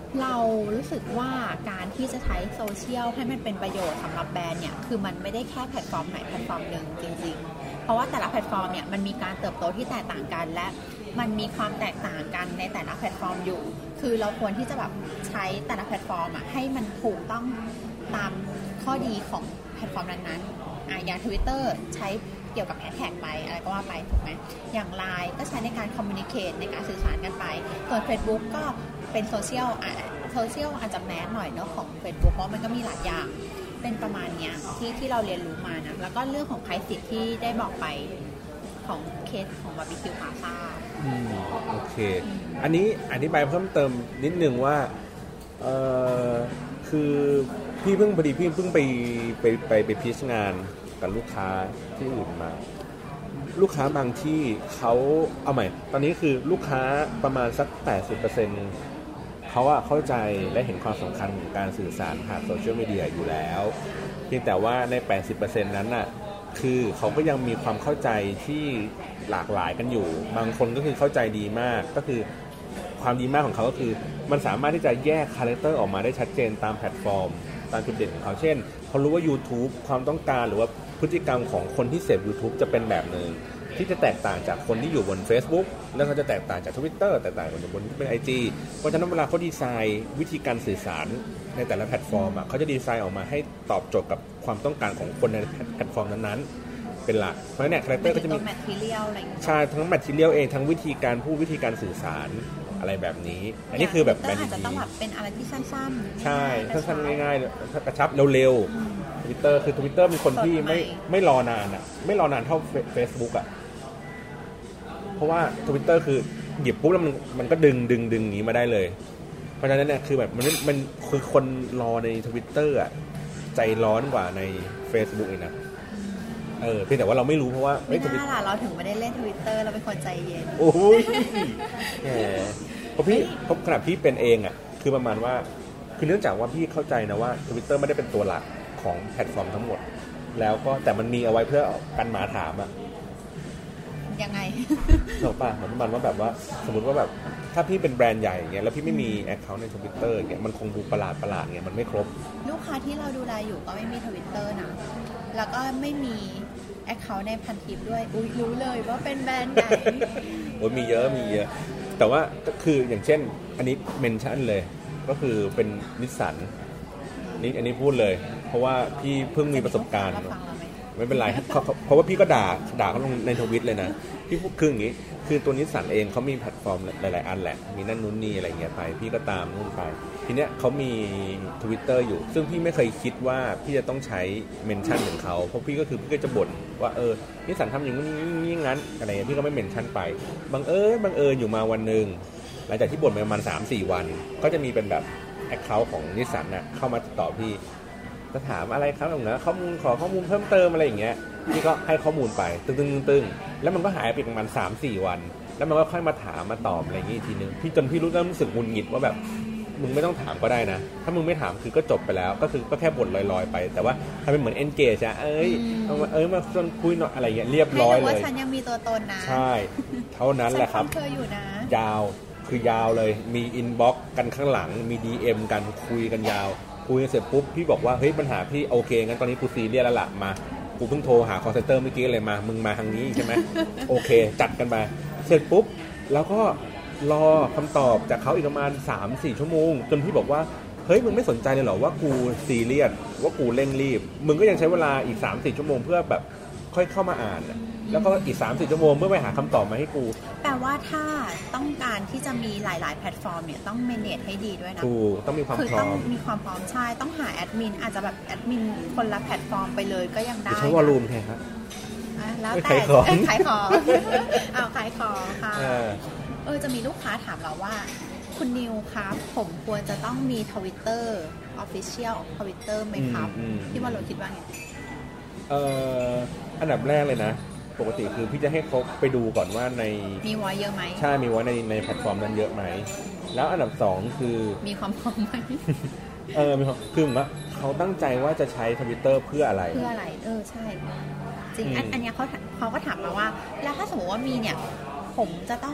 [SPEAKER 2] เรารู้สึกว่าการที่จะใช้โซเชียลให้มันเป็นประโยชน์สำหรับแบรนด์เนี่ยคือมันไม่ได้แค่แพลตฟอร์มไหนแพลตฟอร์มหนึ่งจริงๆเพราะว่าแต่ละแพลตฟอร์มเนี่ยมันมีการเติบโตที่แตกต่างกันและมันมีความแตกต่างกันในแต่ละแพลตฟอร์มอยู่คือเราควรที่จะแบบใช้แต่ละแพลตฟอร์มอ่ะให้มันถูกต้องตามข้อดีของแพลตฟอร์มนั้นๆอ่ะอย่าง Twitter ใช้เกี่ยวกับแฮชแท็กไปอะไรก็ว่าไปถูกไหมอย่าง ไลน์ ก็ใช้ในการคอมมูนิเคตในการสื่อสารกันไปส่วน Facebook ก็เป็นโซเชียลอ่ะโซเชียลอาจจะแมสหน่อยเนาะของ Facebook เพราะมันก็มีหลายอย่างเป็นประมาณเนี้ยที่ที่เราเรียนรู้มานะแล้วก็เรื่องของไพรซิสที่ได้บอกไปของเคสของบาร์บีคิวพาซ่า
[SPEAKER 1] อืมโอเคอันนี้อธิบายเพิ่มเติมนิดนึงว่าเอ่อคือพี่เพิ่งพอดีพี่เพิ่งไปไปไปไปพิชงานกับลูกค้าที่อื่นมาลูกค้าบางที่เขาเอาใหม่ตอนนี้คือลูกค้าประมาณสัก แปดสิบเปอร์เซ็นต์ เขาอะเข้าใจและเห็นความสำคัญของการสื่อสารผ่านโซเชียลมีเดียอยู่แล้วเพียงแต่ว่าใน แปดสิบเปอร์เซ็นต์ นั้นน่ะคือเขาก็ยังมีความเข้าใจที่หลากหลายกันอยู่บางคนก็คือเข้าใจดีมากก็คือความดีมากของเขาก็คือมันสามารถที่จะแยกคาแรคเตอร์ออกมาได้ชัดเจนตามแพลตฟอร์มตามจุดเด่นของเขาเช่นเขารู้ว่า YouTube ความต้องการหรือว่าพฤติกรรมของคนที่เสพ YouTube จะเป็นแบบนึงที่จะแตกต่างจากคนที่อยู่บน Facebook แล้วก็จะแตกต่างจาก Twitter แตกต่างจากบนที่เป็น ไอ จี เพราะฉะนั้นเวลาเขาดีไซน์วิธีการสื่อสารในแต่ละแพลตฟอร์มอ่ะเขาจะดีไซน์ออกมาให้ตอบโจทย์กับความต้องการของคนในแพลตฟอร์มนั้นๆเป็นหลักเพราะฉะนั้นเนี่ยคาแรคเตอร์ก็จะมี
[SPEAKER 2] แมททีเรียลอะไรอย่างเงี้ย
[SPEAKER 1] ใช่ทั้งแมททีเรียลเองทั้งวิธีการพูดวิธีการสื่อสารอะไรแบบนี้อันนี้คือแบบแบรนด์
[SPEAKER 2] อาจจะต้องแบบเป็นอะไรที่สั้น
[SPEAKER 1] ๆใช่สั้นๆง่ายๆกระชับเร็วๆ Twitter คือ Twitter เป็นคนที่ไม่ไม่รอนานอ่ะไม่รอนานเท่า Facebook อ่ะเพราะว่า Twitter คือหยิบปุ๊บแล้วมันมันก็ดึงดึงดึงอย่างนี้มาได้เลยเพราะฉะนั้นเนี่ยคือแบบมันมันคือคนรอใน Twitter อ่ะใจร้อนกว่าใน Facebook อีกนะเออเพียงแต่ว่าเราไม่รู้เพราะว่า
[SPEAKER 2] ไม่น่าล่ะเราถึงไม่ได้เล่น Twitter เราเป็นคนใจเย็น
[SPEAKER 1] โอ้ยแหมเพราะพี่เพราะขนาดพี่เป็นเองอ่ะคือประมาณว่าคือเนื่องจากว่าพี่เข้าใจนะว่า Twitter ไม่ได้เป็นตัวหลักของแพลตฟอร์มทั้งหมดแล้วก็แต่มันมีเอาไว้เพื่อกันหมาถามอ่ะ
[SPEAKER 2] ยังไง
[SPEAKER 1] หรอป่ะเหมือนมันว่าแบบว่าสมมติว่าแบบถ้าพี่เป็นแบรนด์ใหญ่อย่างเงี้ยแล้วพี่ไม่มี account ใน Twitter อย่างเงี้ยมันคงดูประหลาดประหลาดเงี้ยมันไม่ครบ
[SPEAKER 2] ลูกค้าที่เราดูแลอยู่ก็ไม่มี Twitter นะแล้วก็ไม่มี account ในพันทิปด้วยอุ๊ยรู้เลยว่าเป็นแบรนด์ไหน
[SPEAKER 1] โอ้ยมีเยอะมีเยอะแต่ว่าก็คืออย่างเช่นอันนี้เมนชั่นเลยก็คือเป็นนิสสันนี่อันนี้พูดเลยเพราะว่าพี่เพิ่งมีประสบการณ์ไม่เป็นไรเพราะว่าพี่ก็ด่าด่าเขาลงในทวิตเลยนะพี่พูดคืออย่างนี้คือตัวนิสสันเองเขามีแพลตฟอร์มหลายๆอันแหละมีนั่นนู้นนี่อะไรเงี้ยไปพี่ก็ตามนู่นไปทีเนี้ยเขามี Twitter อยู่ซึ่งพี่ไม่เคยคิดว่าพี่จะต้องใช้เมนชั่นของเขาเพราะพี่ก็คือพี่ก็จะบ่นว่าเออนิสสันทำอย่างนี้นี่งั้นอะไรเงี้ยพี่ก็ไม่เมนชั่นไปบังเอิญบังเอิญอยู่มาวันนึงหลังจากที่บ่นไปประมาณ สามสี่ วันก็จะมีเป็นแบบแอคเคาท์ของนิสสันน่ะเข้ามาติดต่อพี่จะถามอะไรครับอย่างเงี้ยข้อมูลขอข้อมูลเพิ่มเติมอะไรอย่างเงี้ยพี่ก็ให้ข้อมูลไปตึ้งๆๆแล้วมันก็หายไปประมาณ สามสี่ วันแล้วมันก็ค่อยมาถามมาตอบอะไรอย่างงี้อีกทีนึงพี่จนพี่รู้เริ่มรู้สึกหงุดหงิดว่าแบบมึงไม่ต้องถามก็ได้นะถ้ามึงไม่ถามคือก็จบไปแล้วก็คือก็แค่บ่นลอยๆไปแต่ว่าทำเป็นเหมือน engage อ่ะเอ้ยเอ้ยมาชวนคุยหน่อยอะไรอย่างเงี้ยเรียบร้อยเลย
[SPEAKER 2] ว่าฉันยังมีตัวตนนะ
[SPEAKER 1] ใช่เท่านั้นแหละครับ
[SPEAKER 2] ฉันเคยอยู่นะ
[SPEAKER 1] ยาวคือยาวเลยมี inbox กันข้างหลังมี ดี เอ็ม กันคุยกันยาวคุยเสร็จปุ๊บพี่บอกว่าเฮ้ยปัญหาพี่โอเคงั้นตอนนี้กูซีเรียสแล้วล่ะมากูเพิ่งโทรหา call center เมื่อกี้เลยมามึงมาทางนี้ใช่ไหม โอเคจัดกันไปเสร็จปุ๊บแล้วก็รอคำตอบจากเขาอีกประมาณ สามสี่ ชั่วโมงจนพี่บอกว่าเฮ้ยมึงไม่สนใจเลยเหรอว่ากูซีเรียสว่ากูเร่งรีบมึงก็ยังใช้เวลาอีก สามสี่ ชั่วโมงเพื่อแบบค่อยเข้ามาอ่านแล้วก็อีก สามสี่ ชั่วโมงเมื่อไปหาคำตอบมาให้กู
[SPEAKER 2] แปลว่าถ้าต้องการที่จะมีหลายๆแพลตฟอร์มเนี่ยต้องเมเนจให้ดีด้วยนะ
[SPEAKER 1] ถูกต้องมีความพร้อม
[SPEAKER 2] คือต้องมีความพร้อมใช่ต้องหาแอดมินอาจจะแบบแอดมินคนละแพลตฟอร์มไปเลยก็ยังได้
[SPEAKER 1] ใช้วอลลุ่มแค่ครับ
[SPEAKER 2] แล้วแต่ขายของขายของเอาขายของค่ะเออจะมีลูกค้าถามเราว่าคุณนิวครับผมควรจะต้องมี Twitter Official Twitter ไหมครับที่ว่าเราคิดว่าไง
[SPEAKER 1] เอ่ออันดับแรกเลยนะปกติคือพี่จะให้เขาไปดูก่อนว่าใน
[SPEAKER 2] มีไว้เยอะไหม
[SPEAKER 1] ใช่มีไว้ในในแพลตฟอร์มนั้นเยอะไหมแล้วอันดับสองคือ
[SPEAKER 2] มีความพร้อมไหม
[SPEAKER 1] เออมีความคือว่าเขาตั้งใจว่าจะใช้ Twitter เพื่ออะไร
[SPEAKER 2] เพื่ออะไรเออใช่จริงอันอันนี้เขาเขาก็ถามมาว่าแล้วถ้าสมมติว่ามีเนี่ยผมจะต้อง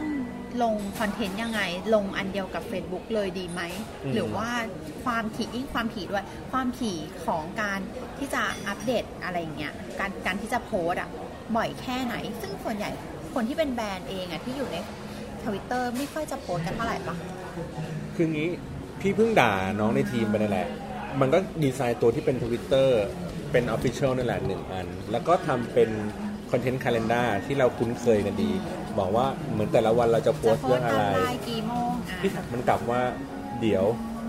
[SPEAKER 2] ลงคอนเทนต์ยังไงลงอันเดียวกับ Facebook เลยดีไหมหรือว่าความถี่ยิ่งความถี่ด้วยความถี่ของการที่จะอัปเดตอะไรอย่างเงี้ยการการที่จะโพสอ่ะบ่อยแค่ไหนซึ่งส่วนใหญ่คนที่เป็นแบรนด์เองอ่ะที่อยู่ใน Twitter ไม่ค่อยจะโพสกันเท่าไหร่ปะ
[SPEAKER 1] คืองี้พี่เพิ่งด่าน้องในทีมไปนั่นแหละมันก็ดีไซน์ตัวที่เป็น Twitter เป็น Official นั่นแหละหนึ่งอันแล้วก็ทำเป็นคอนเทนต์คาเลนดาร์ที่เราคุ้นเคยกันดีบอกว่าเหมือนแต่ละวันเราจะโพสต์เรื่องอะไร
[SPEAKER 2] กี่โมง
[SPEAKER 1] ที่มันกลับว่าเดี๋ยว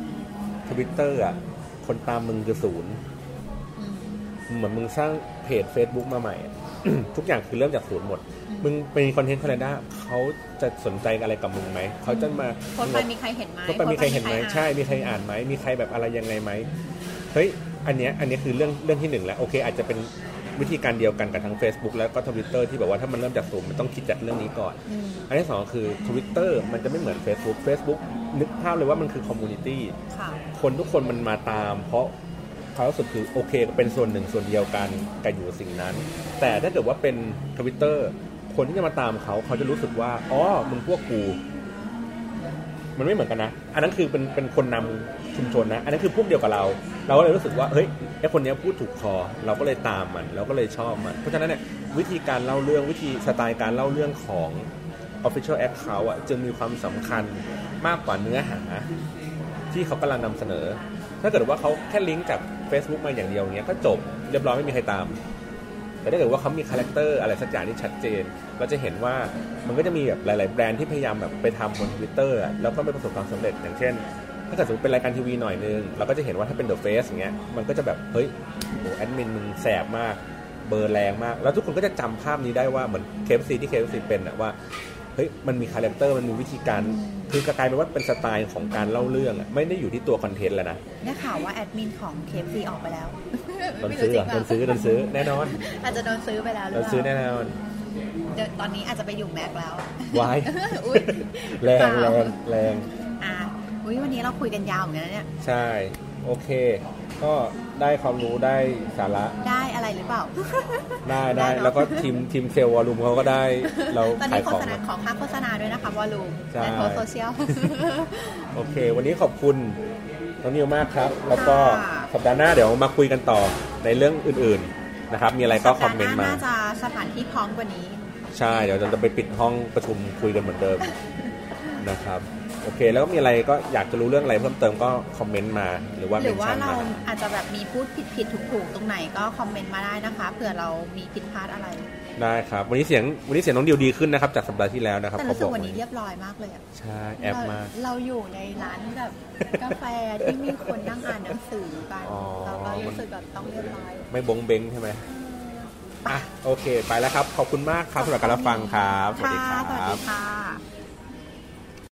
[SPEAKER 1] Twitter อ่ะคนตามมึงคือศูนย์เหมือนมึงสร้างเพจ Facebook มาใหม่ ทุกอย่างคือเริ่มจากศูนย์หมดมึงเป็นคอนเทนต์คาเลนดาร์เขาจะสนใจอะไรกับมึงไหมเขาจะมา
[SPEAKER 2] โพสต์ไปมีใครเห็นไหม
[SPEAKER 1] โพสต์ไปมีใครเห็นไหมใช่มีใครอ่านไหมมีใครแบบอะไรยังไงไหมเฮ้ยอันเนี้ยอันนี้คือเรื่องเรื่องที่หนึ่งแล้วโอเคอาจจะเป็นวิธีการเดียวกันกับทั้ง Facebook แล้วก็ Twitter ที่แบบว่าถ้ามันเริ่มจากศูนย์มันต้องคิดจากเรื่องนี้ก่อนอันที่สองคือ Twitter มันจะไม่เหมือน Facebook Facebook นึกภาพเลยว่ามันคือคอมมูนิตี้คนทุกคนมันมาตามเพราะเขารู้สึกคือโอเคเป็นส่วนหนึ่งส่วนเดียวกันกันอยู่สิ่งนั้นแต่ถ้าเกิดว่าเป็น Twitter คนที่จะมาตามเขาเขาจะรู้สึกว่าอ๋อมึงพวกกูมันไม่เหมือนกันนะอันนั้นคือเป็นเป็นคนนำชุมชนนะอันนั้นคือพวกเดียวกับเราเราก็เลยรู้สึกว่าเฮ้ยไอ้คนนี้พูดถูกคอเราก็เลยตามมันเราก็เลยชอบมันเพราะฉะนั้นเนี่ยวิธีการเล่าเรื่องวิธีสไตล์การเล่าเรื่องของ Official Account อ่ะจึงมีความสำคัญมากกว่าเนื้อหาที่เขากำลังนำเสนอถ้าเกิดว่าเขาแค่ลิงก์จาก Facebook มาอย่างเดียวเงี้ยก็จบเรียบร้อยไม่มีใครตามแต่ถ้าเกิดว่าเขามีคาแรคเตอร์อะไรสักอย่างที่ชัดเจนเราจะเห็นว่ามันก็จะมีแบบหลายๆแบรนด์ที่พยายามแบบไปทำบน Twitter อ่ะแล้วก็ไม่ประสบความสำเร็จอย่างเช่นถ้าเกิดสมมติเป็นรายการทีวีหน่อยนึงเราก็จะเห็นว่าถ้าเป็น The Face อย่างเงี้ยมันก็จะแบบเฮ้ยโอ้แอดมินมึงแสบมากเบอร์แรงมากแล้วทุกคนก็จะจำภาพนี้ได้ว่าเหมือน เค เอฟ ซี ที่ เค เอฟ ซี เป็นอ่ะว่าเฮ้ยมันมีคาแรคเตอร์มันมีวิธีการคือกลายเป็นว่าเป็นสไตล์ของการเล่าเรื่องอ่ะไม่ได้อยู่ที่ตัวคอนเทนต์แล้วนะ
[SPEAKER 2] ได้ข่าวว่าแอดมินของ เค เอฟ ซี ออกไปแล้ว
[SPEAKER 1] โดนซื้อโดนซื้อโดนซื้อแน่นอน
[SPEAKER 2] อาจจะโดนซื้อไปแล้วหรือ
[SPEAKER 1] เปล่าโดนซื้อแน่นอน
[SPEAKER 2] เดี๋ยวตอนนี้อาจจะไปอยู่แม็กแล้ว
[SPEAKER 1] วายแรงแรงแรง
[SPEAKER 2] อ่ะอุ๊ยวันนี้เราคุยกันยาวเหมือนกันนะเนี่ย
[SPEAKER 1] ใช่โอเคก็ได้ความรู้ได้สาระ
[SPEAKER 2] ได้อะไรหรือเปล่า
[SPEAKER 1] ได้ได้แล้วก็ทีมทีมเซลล์วอลลุ่มเขาก็ได้เราขายของ
[SPEAKER 2] ขอค่าโฆษณาด้วยนะคะวอลลุ่มและโพสโซเชียล
[SPEAKER 1] โอเควันนี้ขอบคุณน้องนิวมากครับแล้วก็สัปดาห์หน้าเดี๋ยวมาคุยกันต่อในเรื่องอื่นๆนะครับมีอะไรก็คอมเมนต์มา
[SPEAKER 2] น่าจะสถานที่พร้อมกว่านี้
[SPEAKER 1] ใช่เดี๋ยวเราจะไปปิดห้องประชุมคุยกันเหมือนเดิมนะครับโอเคแล้วก็มีอะไรก็อยากจะรู้เรื่องอะไรเพิ่มเติมก็คอมเมนต์มาหรือว่า
[SPEAKER 2] หรือว่าเราอาจจะแบบมีพูดผิดผิดถูกถูกตรงไหนก็คอมเมนต์มาได้นะคะเผื่อเรามีผิดพลาดอะไร
[SPEAKER 1] ได้ครับวันนี้เสียงวันนี้เสียงน้องดิวดีขึ้นนะครับจากสัปดาห์ที่แล้วนะครับ
[SPEAKER 2] แต่รู้สึกวันนี้เรียบร้อยมากเลยอ่ะ
[SPEAKER 1] ใช่แอปมาก
[SPEAKER 2] เราอยู่ในร้านแบบกาแฟที่มีคนนั่งอ่านหนังสือกันเราก็รู้สึกแบบต้องเรียบร้อย
[SPEAKER 1] ไม่บงเบงใช่ไหมอ่ะโอเคไปแล้วครับขอบคุณมากครับสำหรับการรับฟังครับ
[SPEAKER 2] สวัสดีครับ